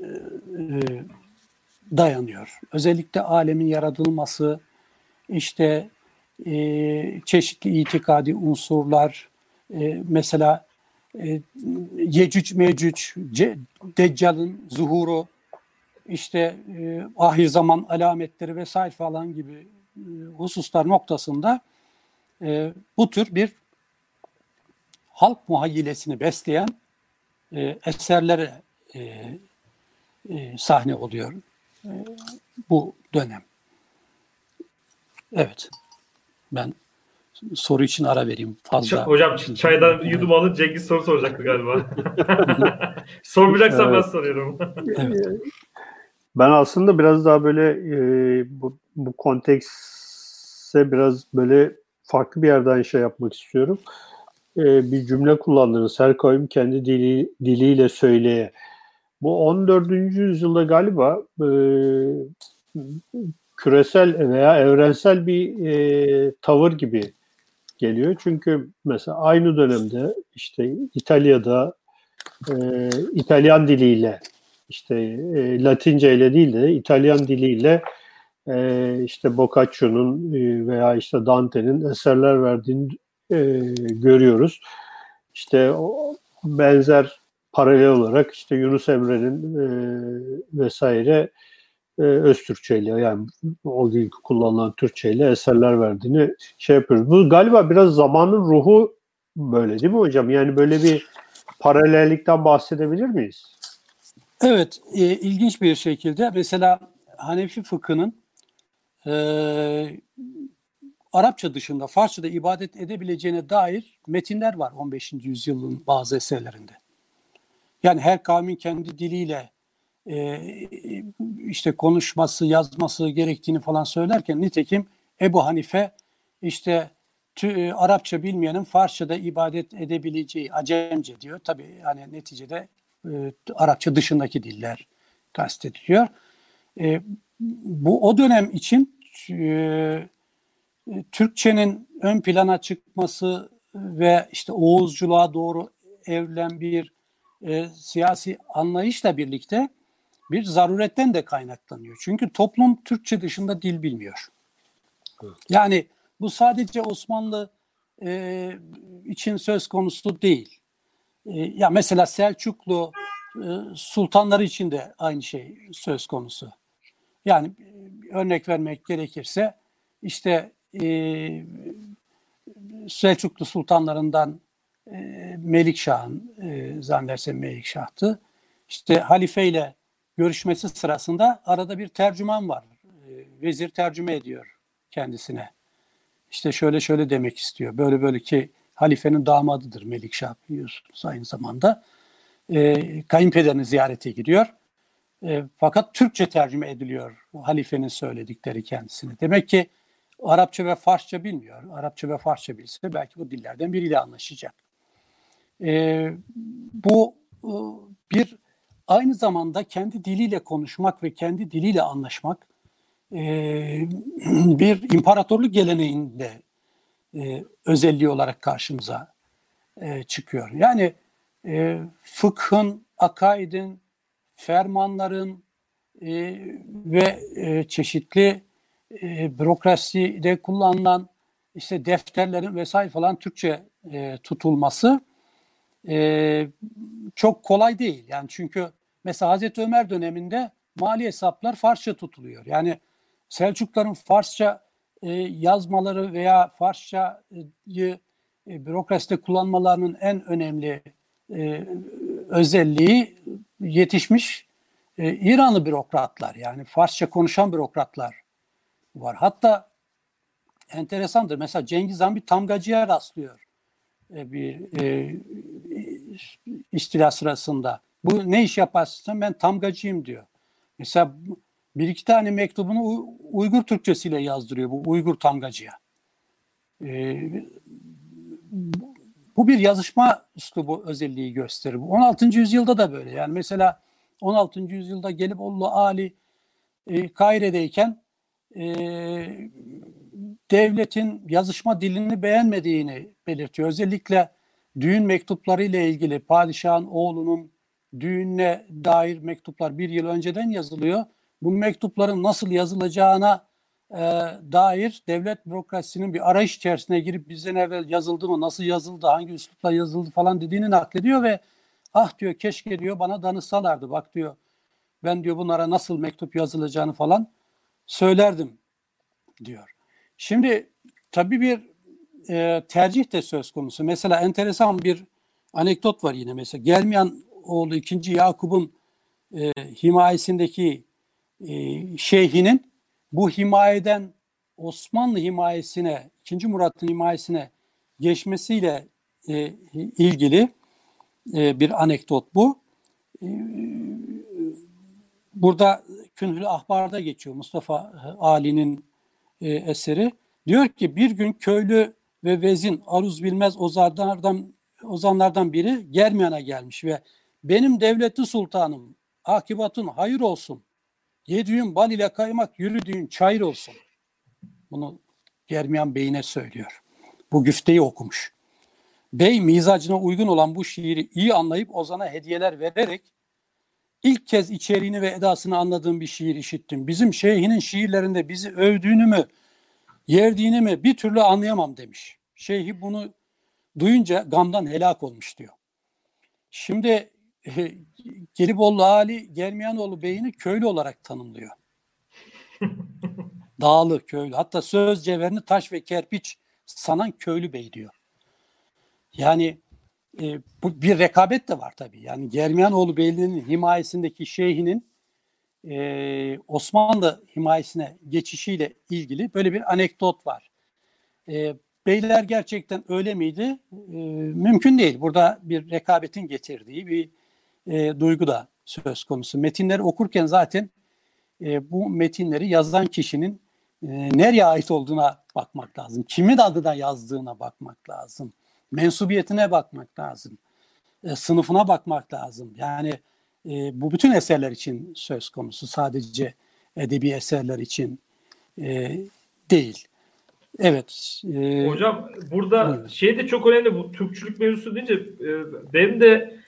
dayanıyor. Özellikle alemin yaratılması, işte çeşitli itikadi unsurlar, mesela Yecüc Mecüc, Deccal'ın zuhuru, işte ahir zaman alametleri vesaire falan gibi hususlar noktasında bu tür bir halk muhayyilesini besleyen eserlere sahne oluyor bu dönem. Evet. Ben soru için ara vereyim. Fazla. Hocam çaydan yudum alın, Cengiz soru soracaktı galiba. Sormayacaksan ben soruyorum. Evet. Ben aslında biraz daha böyle bu kontekste biraz böyle farklı bir yerden şey yapmak istiyorum. Bir cümle kullandınız. Her kavim kendi diliyle söyleye. Bu 14. yüzyılda galiba küresel veya evrensel bir tavır gibi geliyor. Çünkü mesela aynı dönemde işte İtalya'da İtalyan diliyle, işte Latince ile değil de İtalyan diliyle işte Boccaccio'nun veya işte Dante'nin eserler verdiğini görüyoruz. İşte o benzer paralel olarak işte Yunus Emre'nin vesaire Öztürkçeyle, yani o günkü kullanılan Türkçeyle eserler verdiğini şey yapıyoruz. Bu galiba biraz zamanın ruhu böyle değil mi hocam? Yani böyle bir paralellikten bahsedebilir miyiz? Evet, ilginç bir şekilde mesela Hanefi fıkhının Arapça dışında Farsça'da ibadet edebileceğine dair metinler var 15. yüzyılın bazı eserlerinde. Yani her kavmin kendi diliyle işte konuşması, yazması gerektiğini falan söylerken nitekim Ebu Hanife işte Arapça bilmeyenin Farsça'da ibadet edebileceği Acemce diyor. Tabii yani neticede Arapça dışındaki diller kastediliyor. Bu o dönem için Türkçenin ön plana çıkması ve işte Oğuzculuğa doğru evrilen bir siyasi anlayışla birlikte bir zaruretten de kaynaklanıyor. Çünkü toplum Türkçe dışında dil bilmiyor. Yani bu sadece Osmanlı için söz konusu değil. Ya mesela Selçuklu sultanları için de aynı şey söz konusu. Yani örnek vermek gerekirse işte Selçuklu sultanlarından Melikşah'ın zannedersem Melikşah'tı. İşte halifeyle görüşmesi sırasında arada bir tercüman var. Vezir tercüme ediyor kendisine. İşte şöyle şöyle demek istiyor. Böyle böyle ki halifenin damadıdır Melikşah biliyorsunuz aynı zamanda. Kayınpederini ziyarete gidiyor. Fakat Türkçe tercüme ediliyor halifenin söyledikleri kendisine. Demek ki Arapça ve Farsça bilmiyor. Arapça ve Farsça bilse belki bu dillerden biriyle anlaşacak. Bu bir aynı zamanda kendi diliyle konuşmak ve kendi diliyle anlaşmak bir imparatorluk geleneğinde özelliği olarak karşımıza çıkıyor. Yani fıkhın, akaidin, fermanların ve çeşitli bürokraside kullanılan işte defterlerin vesaire falan Türkçe tutulması çok kolay değil. Yani çünkü mesela Hazreti Ömer döneminde mali hesaplar Farsça tutuluyor. Yani Selçukluların Farsça yazmaları veya Farsçayı bürokraside kullanmalarının en önemli özelliği yetişmiş İranlı bürokratlar, yani Farsça konuşan bürokratlar var. Hatta enteresandır. Mesela Cengiz Han bir tamgacıya rastlıyor bir istila sırasında. Bu ne iş yaparsın? Ben tamgacıyım diyor. Mesela bir iki tane mektubunu Uygur Türkçesiyle yazdırıyor bu Uygur tamgacıya. Bu bir yazışma üslubu özelliği gösterir. 16. yüzyılda da böyle. Yani mesela 16. yüzyılda Gelibolu Ali Kahire'deyken devletin yazışma dilini beğenmediğini belirtiyor. Özellikle düğün mektupları ile ilgili padişahın oğlunun düğününe dair mektuplar bir yıl önceden yazılıyor. Bu mektupların nasıl yazılacağına dair devlet bürokrasisinin bir arayış içerisine girip bizden evvel yazıldı mı, nasıl yazıldı, hangi üslupla yazıldı falan dediğini naklediyor ve ah diyor keşke diyor bana danışsalardı. Bak diyor ben diyor bunlara nasıl mektup yazılacağını falan söylerdim diyor. Şimdi tabii bir tercih de söz konusu. Mesela enteresan bir anekdot var yine. Mesela Germiyan oğlu 2. Yakup'un himayesindeki şeyhinin bu himayeden Osmanlı himayesine, 2. Murat'ın himayesine geçmesiyle ilgili bir anekdot bu. Burada Künhül Ahbar'da geçiyor Mustafa Ali'nin eseri. Diyor ki bir gün köylü ve vezin aruz bilmez ozanlardan biri Germiyan'a gelmiş ve benim devletli sultanım akibatın hayır olsun. Yediğin bal ile kaymak, yürüdüğün çayır olsun. Bunu Germiyan Bey'ine söylüyor. Bu güfteyi okumuş. Bey mizacına uygun olan bu şiiri iyi anlayıp ozana hediyeler vererek ilk kez içeriğini ve edasını anladığım bir şiir işittim. Bizim şeyhinin şiirlerinde bizi övdüğünü mü, yerdiğini mi bir türlü anlayamam demiş. Şeyhi bunu duyunca gamdan helak olmuş diyor. Şimdi Gelibolu Ali Germiyanoğlu Bey'ini köylü olarak tanımlıyor. Dağlı köylü. Hatta söz cevherini taş ve kerpiç sanan köylü bey diyor. Yani bu bir rekabet de var tabii. Yani Germiyanoğlu Beyliği'nin himayesindeki şeyhinin Osmanlı himayesine geçişiyle ilgili böyle bir anekdot var. Beyler gerçekten öyle miydi? Mümkün değil. Burada bir rekabetin getirdiği bir duygu da söz konusu. Metinleri okurken zaten bu metinleri yazan kişinin nereye ait olduğuna bakmak lazım. Kimin adına yazdığına bakmak lazım. Mensubiyetine bakmak lazım. Sınıfına bakmak lazım. Yani bu bütün eserler için söz konusu. Sadece edebi eserler için değil. Evet. Hocam burada şey de çok önemli, bu Türkçülük mevzusu deyince benim de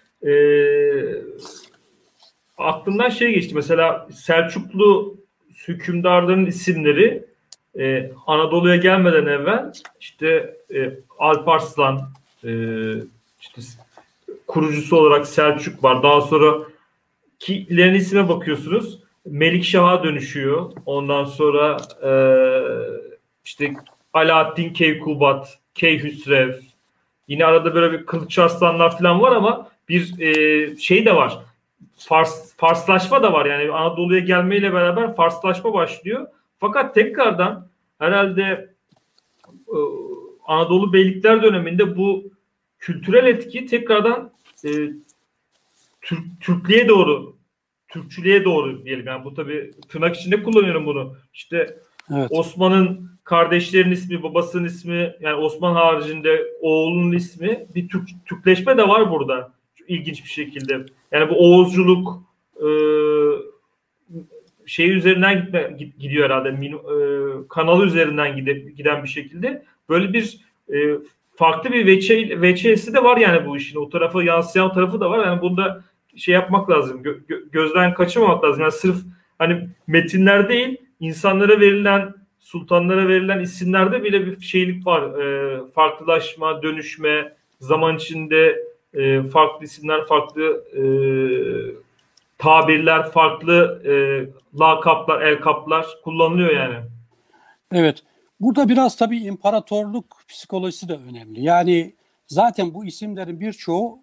aklımdan şey geçti. Mesela Selçuklu hükümdarların isimleri Anadolu'ya gelmeden evvel işte Alparslan, işte kurucusu olarak Selçuk var. Daha sonra kilerin ismine bakıyorsunuz. Melikşah'a dönüşüyor. Ondan sonra işte Alaaddin Keykubat, Keyhüsrev. Yine arada böyle bir Kılıç Arslanlar falan var ama bir şey de var. Farslaşma da var. Yani Anadolu'ya gelmeyle beraber Farslaşma başlıyor. Fakat tekrardan herhalde Anadolu Beylikler döneminde bu kültürel etki tekrardan Türklüğe doğru, Türkçülüğe doğru diyelim. Yani bu tabii tırnak içinde kullanıyorum bunu. İşte evet. Osman'ın kardeşlerinin ismi, babasının ismi, yani Osman haricinde oğlunun ismi, bir Türkleşme de var burada. İlginç bir şekilde. Yani bu Oğuzculuk şey üzerinden gidiyor herhalde. Kanalı üzerinden giden bir şekilde. Böyle bir farklı bir veçesi de var yani bu işin. O tarafa yansıyan tarafı da var. Yani bunda şey yapmak lazım. Gözden kaçırmamak lazım. Yani sırf hani metinler değil, insanlara verilen, sultanlara verilen isimlerde bile bir şeylik var. Farklılaşma, dönüşme, zaman içinde farklı isimler, farklı tabirler, farklı lakaplar, elkaplar kullanılıyor yani. Evet. Burada biraz tabii imparatorluk psikolojisi de önemli. Yani zaten bu isimlerin birçoğu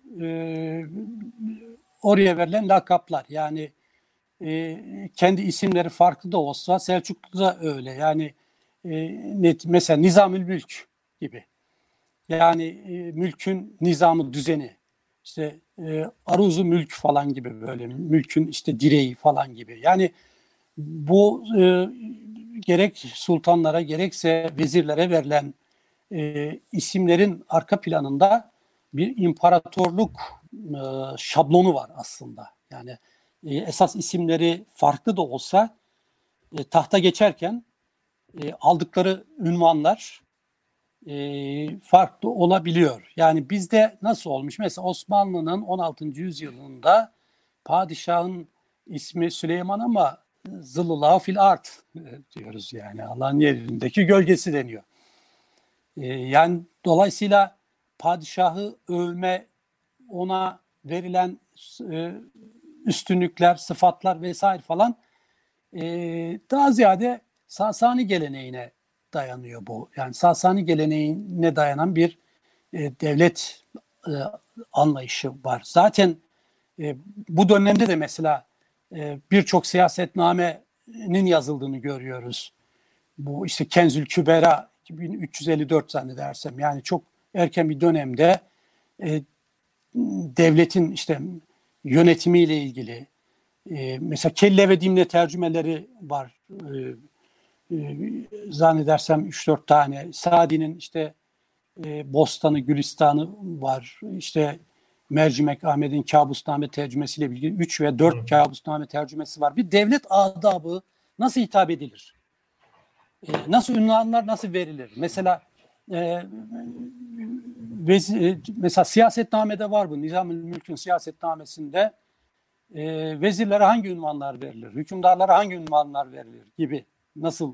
oraya verilen lakaplar. Yani kendi isimleri farklı da olsa Selçuklu da öyle. Yani mesela Nizamül Mülk gibi. Yani mülkün nizamı, düzeni. İşte Aruzu Mülk falan gibi, böyle mülkün işte direği falan gibi. Yani bu gerek sultanlara gerekse vezirlere verilen isimlerin arka planında bir imparatorluk şablonu var aslında. Yani esas isimleri farklı da olsa tahta geçerken aldıkları ünvanlar farklı olabiliyor. Yani bizde nasıl olmuş? Mesela Osmanlı'nın 16. yüzyılında padişahın ismi Süleyman ama zıllullahu fil art diyoruz yani. Allah'ın yerindeki gölgesi deniyor. Yani dolayısıyla padişahı övme, ona verilen üstünlükler, sıfatlar vesaire falan daha ziyade Sasani geleneğine dayanıyor bu. Yani Sasani geleneğine dayanan bir devlet anlayışı var. Zaten bu dönemde de mesela birçok siyasetnamenin yazıldığını görüyoruz. Bu işte Kenzül Kübera 1354 zannedersem, yani çok erken bir dönemde devletin işte yönetimiyle ilgili mesela Kelle ve Dimne tercümeleri var. Zannedersem 3-4 tane. Sadi'nin işte Bostanı, Gülistanı var. İşte Mercimek Ahmet'in Kabusname tercümesiyle ilgili 3 ve 4 Kabusname tercümesi var. Bir devlet adabı nasıl hitap edilir? Nasıl ünvanlar nasıl verilir? Mesela mesela siyasetnamede var bu. Nizamül Mülk'ün siyasetnamesinde vezirlere hangi ünvanlar verilir? Hükümdarlara hangi ünvanlar verilir gibi, nasıl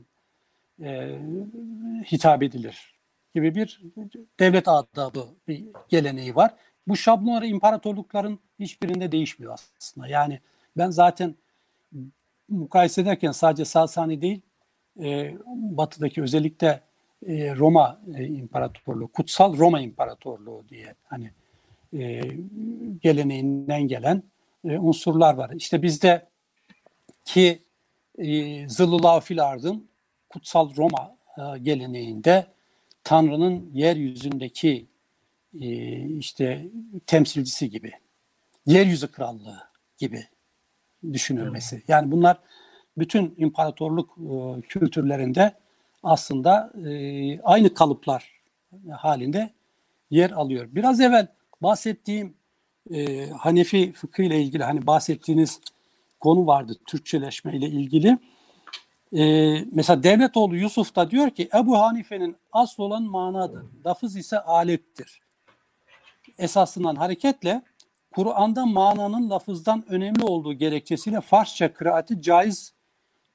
hitap edilir gibi bir devlet adabı, bir geleneği var. Bu şablonları imparatorlukların hiçbirinde değişmiyor aslında. Yani ben zaten mukayese ederken sadece Sasani değil, Batı'daki özellikle Roma İmparatorluğu, Kutsal Roma İmparatorluğu diye hani geleneğinden gelen unsurlar var. İşte bizde ki Zıllullahu fil ardın Kutsal Roma geleneğinde Tanrı'nın yeryüzündeki işte temsilcisi gibi, yeryüzü krallığı gibi düşünülmesi. Yani bunlar bütün imparatorluk kültürlerinde aslında aynı kalıplar halinde yer alıyor. Biraz evvel bahsettiğim Hanefi fıkhı ile ilgili hani bahsettiğiniz konu vardı, Türkçeleşme ile ilgili. Mesela Devletoğlu Yusuf da diyor ki Ebu Hanife'nin asıl olan manadır. Lafız ise alettir. Esasından hareketle Kur'an'da mananın lafızdan önemli olduğu gerekçesiyle Farsça kıraati caiz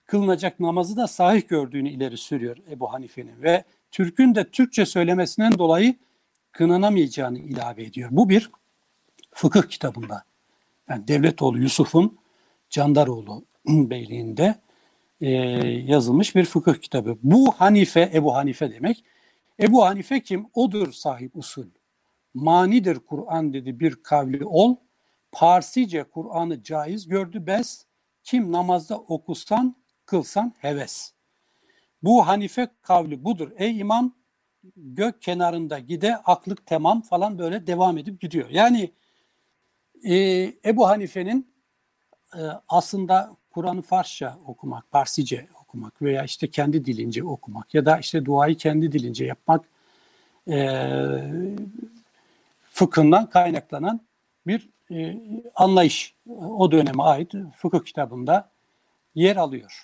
kılınacak namazı da sahih gördüğünü ileri sürüyor Ebu Hanife'nin ve Türk'ün de Türkçe söylemesinden dolayı kınanamayacağını ilave ediyor. Bu bir fıkıh kitabında. Yani Devletoğlu Yusuf'un Candaroğlu beyliğinde yazılmış bir fıkıh kitabı. Bu Hanife, Ebu Hanife demek. Ebu Hanife kim? Odur sahip usul. Manidir Kur'an dedi bir kavli ol. Parsice Kur'an'ı caiz gördü bes. Kim namazda okusan, kılsan heves. Bu Hanife kavli budur. Ey imam, gök kenarında gide aklık tamam falan böyle devam edip gidiyor. Yani Ebu Hanife'nin aslında Kur'an'ı Farsça okumak, Parsice okumak veya işte kendi dilince okumak ya da işte duayı kendi dilince yapmak fıkhından kaynaklanan bir anlayış. O döneme ait fıkıh kitabında yer alıyor.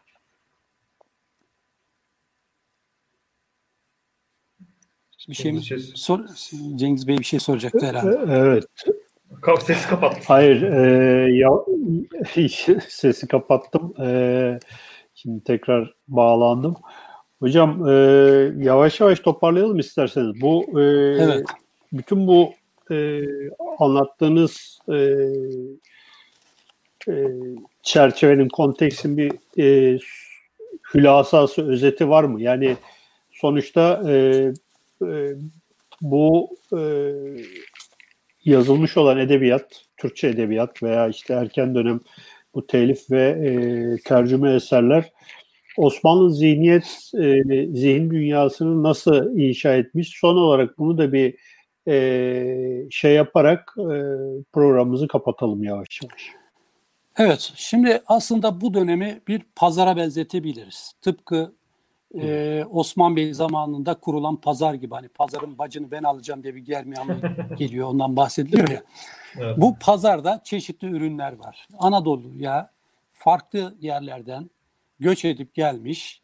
Bir şey mi? Cengiz Bey bir şey soracaktı herhalde. Evet. Sesi kapat. Hayır. Sesi kapattım. Şimdi tekrar bağlandım. Hocam yavaş yavaş toparlayalım isterseniz. Bu evet. Bütün bu anlattığınız çerçevenin, konteksin bir hülasası, özeti var mı? Yani sonuçta bu yazılmış olan edebiyat, Türkçe edebiyat veya işte erken dönem bu telif ve tercüme eserler Osmanlı zihin dünyasını nasıl inşa etmiş? Son olarak bunu da bir şey yaparak programımızı kapatalım yavaş yavaş. Evet, şimdi aslında bu dönemi bir pazara benzetebiliriz. Tıpkı Osman Bey zamanında kurulan pazar gibi, hani pazarın bacını ben alacağım diye bir germiyanlı geliyor, ondan bahsediliyor ya. Evet. Bu pazarda çeşitli ürünler var. Anadolu'ya farklı yerlerden göç edip gelmiş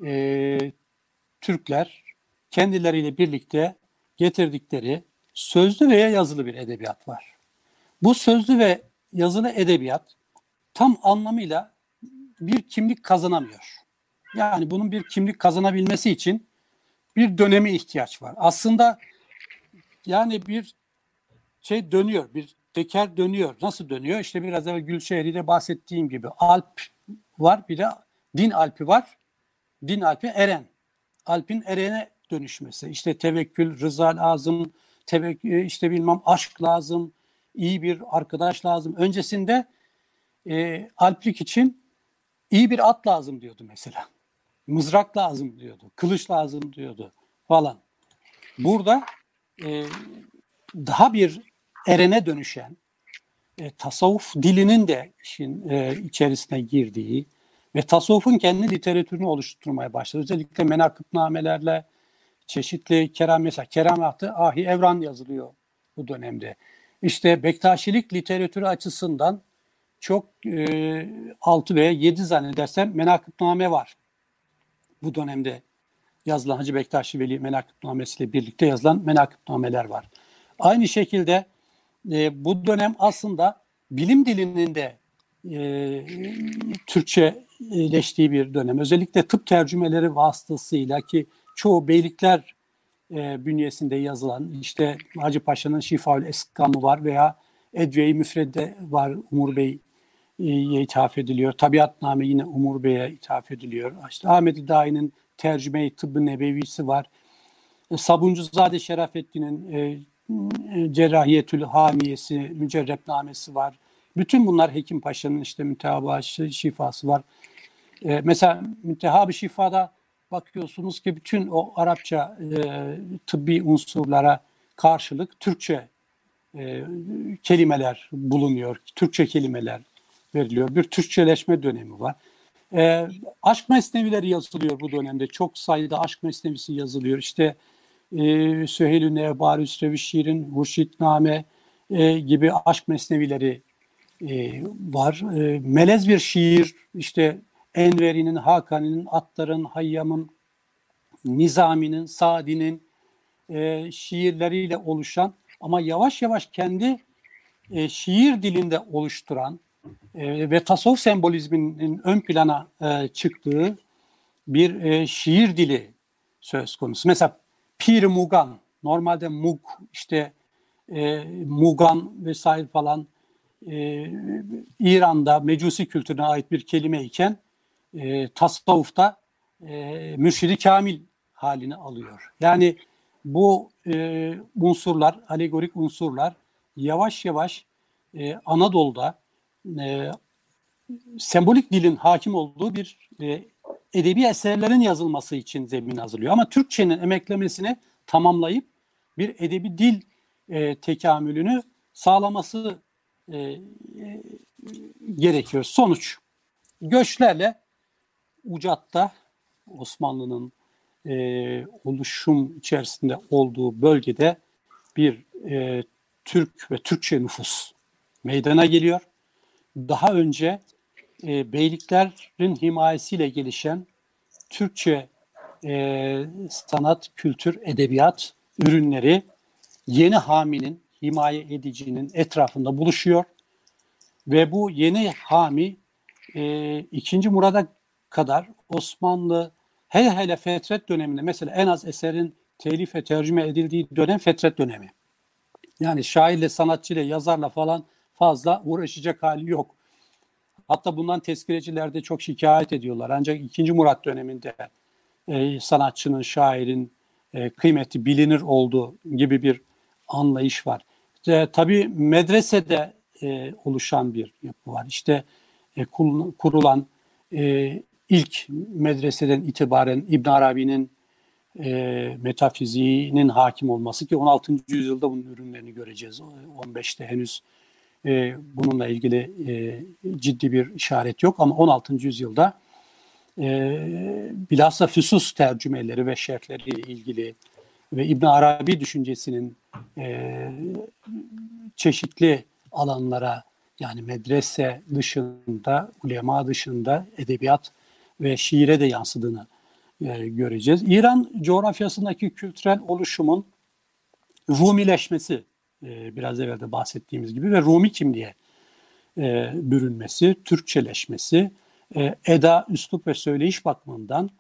Türkler kendileriyle birlikte getirdikleri sözlü veya yazılı bir edebiyat var. Bu sözlü ve yazılı edebiyat tam anlamıyla bir kimlik kazanamıyor. Yani bunun bir kimlik kazanabilmesi için bir döneme ihtiyaç var. Aslında yani bir şey dönüyor, bir teker dönüyor. Nasıl dönüyor? İşte biraz evvel Gülşehir'de bahsettiğim gibi Alp var, bir de Din Alpi var. Din Alpi Eren. Alp'in Eren'e dönüşmesi. İşte tevekkül, rıza lazım, işte bilmem aşk lazım, iyi bir arkadaş lazım. Öncesinde Alplik için iyi bir at lazım diyordu mesela. Mızrak lazım diyordu, kılıç lazım diyordu falan. Burada daha bir erene dönüşen, tasavvuf dilinin de işin içerisine girdiği ve tasavvufun kendi literatürünü oluşturmaya başladı. Özellikle menakıbnamelerle çeşitli mesela Keramat-ı Ahi Evran yazılıyor bu dönemde. İşte Bektaşilik literatürü açısından çok 6 veya 7 zannedersem menakıbname var. Bu dönemde yazılan Hacı Bektaşi Veli menakıbnamesiyle birlikte yazılan menakıbnameler var. Aynı şekilde bu dönem aslında bilim dilinin de Türkçeleştiği bir dönem. Özellikle tıp tercümeleri vasıtasıyla ki çoğu beylikler bünyesinde yazılan işte Hacı Paşa'nın Şifaül Eskam'ı var veya Edve-i Müfredde var, Umur Bey'e ithaf ediliyor. Tabiatname yine Umur Bey'e ithaf ediliyor. İşte Ahmet-i Dahi'nin Tercüme-i Tıbbı Nebevisi var. Sabuncuzade Şerafettin'in Cerrahiyetül Hamiyesi, Mücerrebnamesi var. Bütün bunlar Hekim Paşa'nın işte Müntehab-ı Şifası var. Mesela Müntehab-ı Şifa'da bakıyorsunuz ki bütün o Arapça tıbbi unsurlara karşılık Türkçe kelimeler bulunuyor. Türkçe kelimeler veriliyor. Bir Türkçeleşme dönemi var. Aşk mesnevileri yazılıyor bu dönemde. Çok sayıda aşk mesnevisi yazılıyor. İşte Süheyl-ü Nevbari Üsrevi-Şiir'in Hurşitname gibi aşk mesnevileri var. Melez bir şiir, işte Enveri'nin, Hakan'ın, Attar'ın, Hayyam'ın, Nizami'nin, Sadi'nin şiirleriyle oluşan ama yavaş yavaş kendi şiir dilinde oluşturan ve tasavvuf sembolizminin ön plana çıktığı bir şiir dili söz konusu. Mesela Pir Mugan, normalde Mug, işte Mugan vesaire falan İran'da Mecusi kültürüne ait bir kelime iken tasavvufta mürşidi kamil halini alıyor. Yani bu unsurlar, alegorik unsurlar yavaş yavaş Anadolu'da sembolik dilin hakim olduğu bir edebi eserlerin yazılması için zemin hazırlıyor. Ama Türkçenin emeklemesini tamamlayıp bir edebi dil tekamülünü sağlaması gerekiyor. Sonuç, göçlerle Ucat'ta Osmanlı'nın oluşum içerisinde olduğu bölgede bir Türk ve Türkçe nüfus meydana geliyor. Daha önce beyliklerin himayesiyle gelişen Türkçe sanat, kültür, edebiyat ürünleri yeni haminin, himaye edicinin etrafında buluşuyor. Ve bu yeni hami 2. Murad'a kadar Osmanlı hele Fetret döneminde, mesela en az eserin telif ve tercüme edildiği dönem Fetret dönemi. Yani şairle, sanatçıyla, yazarla falan fazla uğraşacak hali yok. Hatta bundan tezkireciler de çok şikayet ediyorlar. Ancak 2. Murat döneminde sanatçının, şairin kıymeti bilinir olduğu gibi bir anlayış var. Tabii medresede oluşan bir yapı var. İşte kurulan ilk medreseden itibaren İbn Arabi'nin metafiziğinin hakim olması, ki 16. yüzyılda bunun ürünlerini göreceğiz. 15'te henüz bununla ilgili ciddi bir işaret yok ama 16. yüzyılda bilhassa Füsus tercümeleri ve şerhleriyle ilgili ve İbn Arabi düşüncesinin çeşitli alanlara, yani medrese dışında, ulema dışında edebiyat ve şiire de yansıdığını göreceğiz. İran coğrafyasındaki kültürel oluşumun Rumileşmesi, biraz evvel de bahsettiğimiz gibi, ve Rumi kimliğe bürünmesi, Türkçeleşmesi, eda, üslup ve söyleyiş bakımından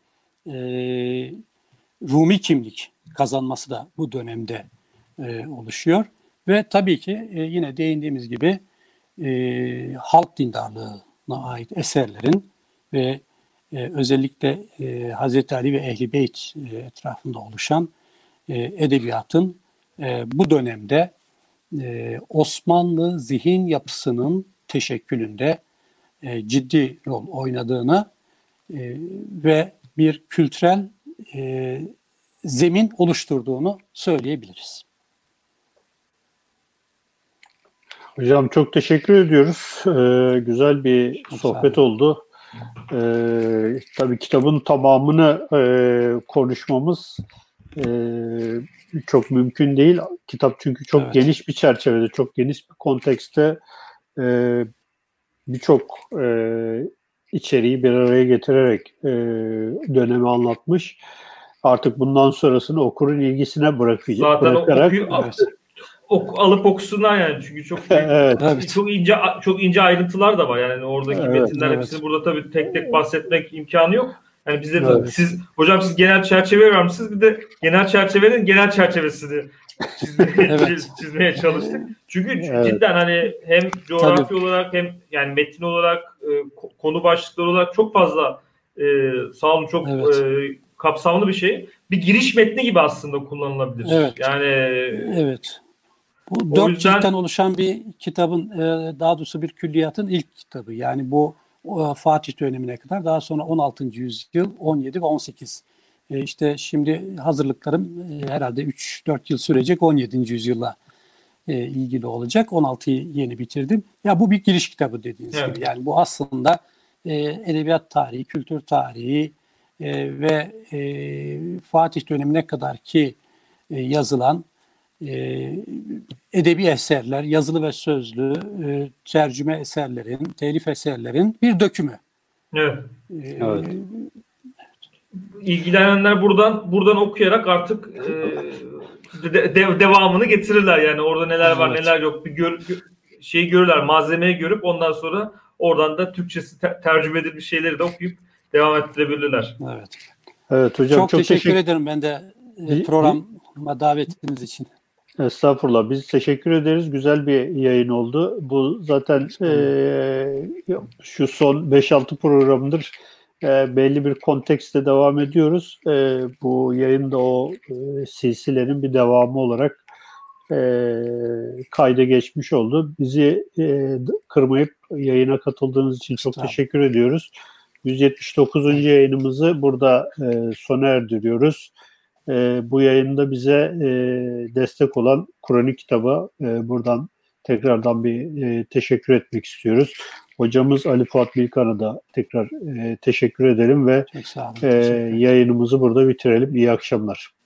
Rumi kimlik kazanması da bu dönemde oluşuyor. Ve tabii ki yine değindiğimiz gibi halk dindarlığına ait eserlerin ve özellikle Hazreti Ali ve Ehl-i Beyt etrafında oluşan edebiyatın bu dönemde Osmanlı zihin yapısının teşekkülünde ciddi rol oynadığını ve bir kültürel zemin oluşturduğunu söyleyebiliriz. Hocam çok teşekkür ediyoruz. Güzel bir sohbet oldu. Tabii kitabın tamamını konuşmamız çok mümkün değil. Kitap çünkü çok geniş bir çerçevede, çok geniş bir kontekste birçok içeriği bir araya getirerek dönemi anlatmış. Artık bundan sonrasını okurun ilgisine bırakarak. Alıp okusunlar yani, çünkü çok çok ince ayrıntılar da var yani oradaki metinler hepsini burada tabii tek tek bahsetmek imkanı yok. Yani bize hocam siz genel çerçeve vermişsiniz, bir de genel çerçevenin genel çerçevesini çizmeye çalıştık. Çünkü cidden hani hem coğrafya olarak hem yani metin olarak konu başlıkları olarak çok fazla sağ olun, çok kapsamlı bir şey. Bir giriş metni gibi aslında kullanılabilir. Yani bu 4 ciltten oluşan bir kitabın, daha doğrusu bir külliyatın ilk kitabı. Yani bu Fatih dönemine kadar, daha sonra 16. yüzyıl, 17 ve 18. İşte şimdi hazırlıklarım herhalde 3-4 yıl sürecek, 17. yüzyılla ilgili olacak. 16'yı yeni bitirdim. Ya bu bir giriş kitabı dediğiniz gibi. Yani bu aslında edebiyat tarihi, kültür tarihi ve Fatih dönemine kadar ki yazılan edebi eserler, yazılı ve sözlü, tercüme eserlerin, telif eserlerin bir dökümü. İlgilenenler buradan okuyarak artık devamını getirirler. Yani orada neler var, neler yok. Bir görürler, malzemeyi görüp ondan sonra oradan da Türkçesi tercüme edilmiş şeyleri de okuyup devam ettirebilirler. Evet. Evet hocam, çok teşekkür ederim ben de programa davetiniz için. Estağfurullah. Biz teşekkür ederiz. Güzel bir yayın oldu. Bu zaten şu son 5-6 programdır belli bir kontekste devam ediyoruz. Bu yayın da o silsilenin bir devamı olarak kayda geçmiş oldu. Bizi kırmayıp yayına katıldığınız için çok teşekkür ediyoruz. 179. yayınımızı burada sona erdiriyoruz. Bu yayında bize destek olan Kronik Kitab'a buradan tekrardan bir teşekkür etmek istiyoruz. Hocamız Ali Fuat Bilkan'a da tekrar teşekkür edelim ve yayınımızı burada bitirelim. İyi akşamlar.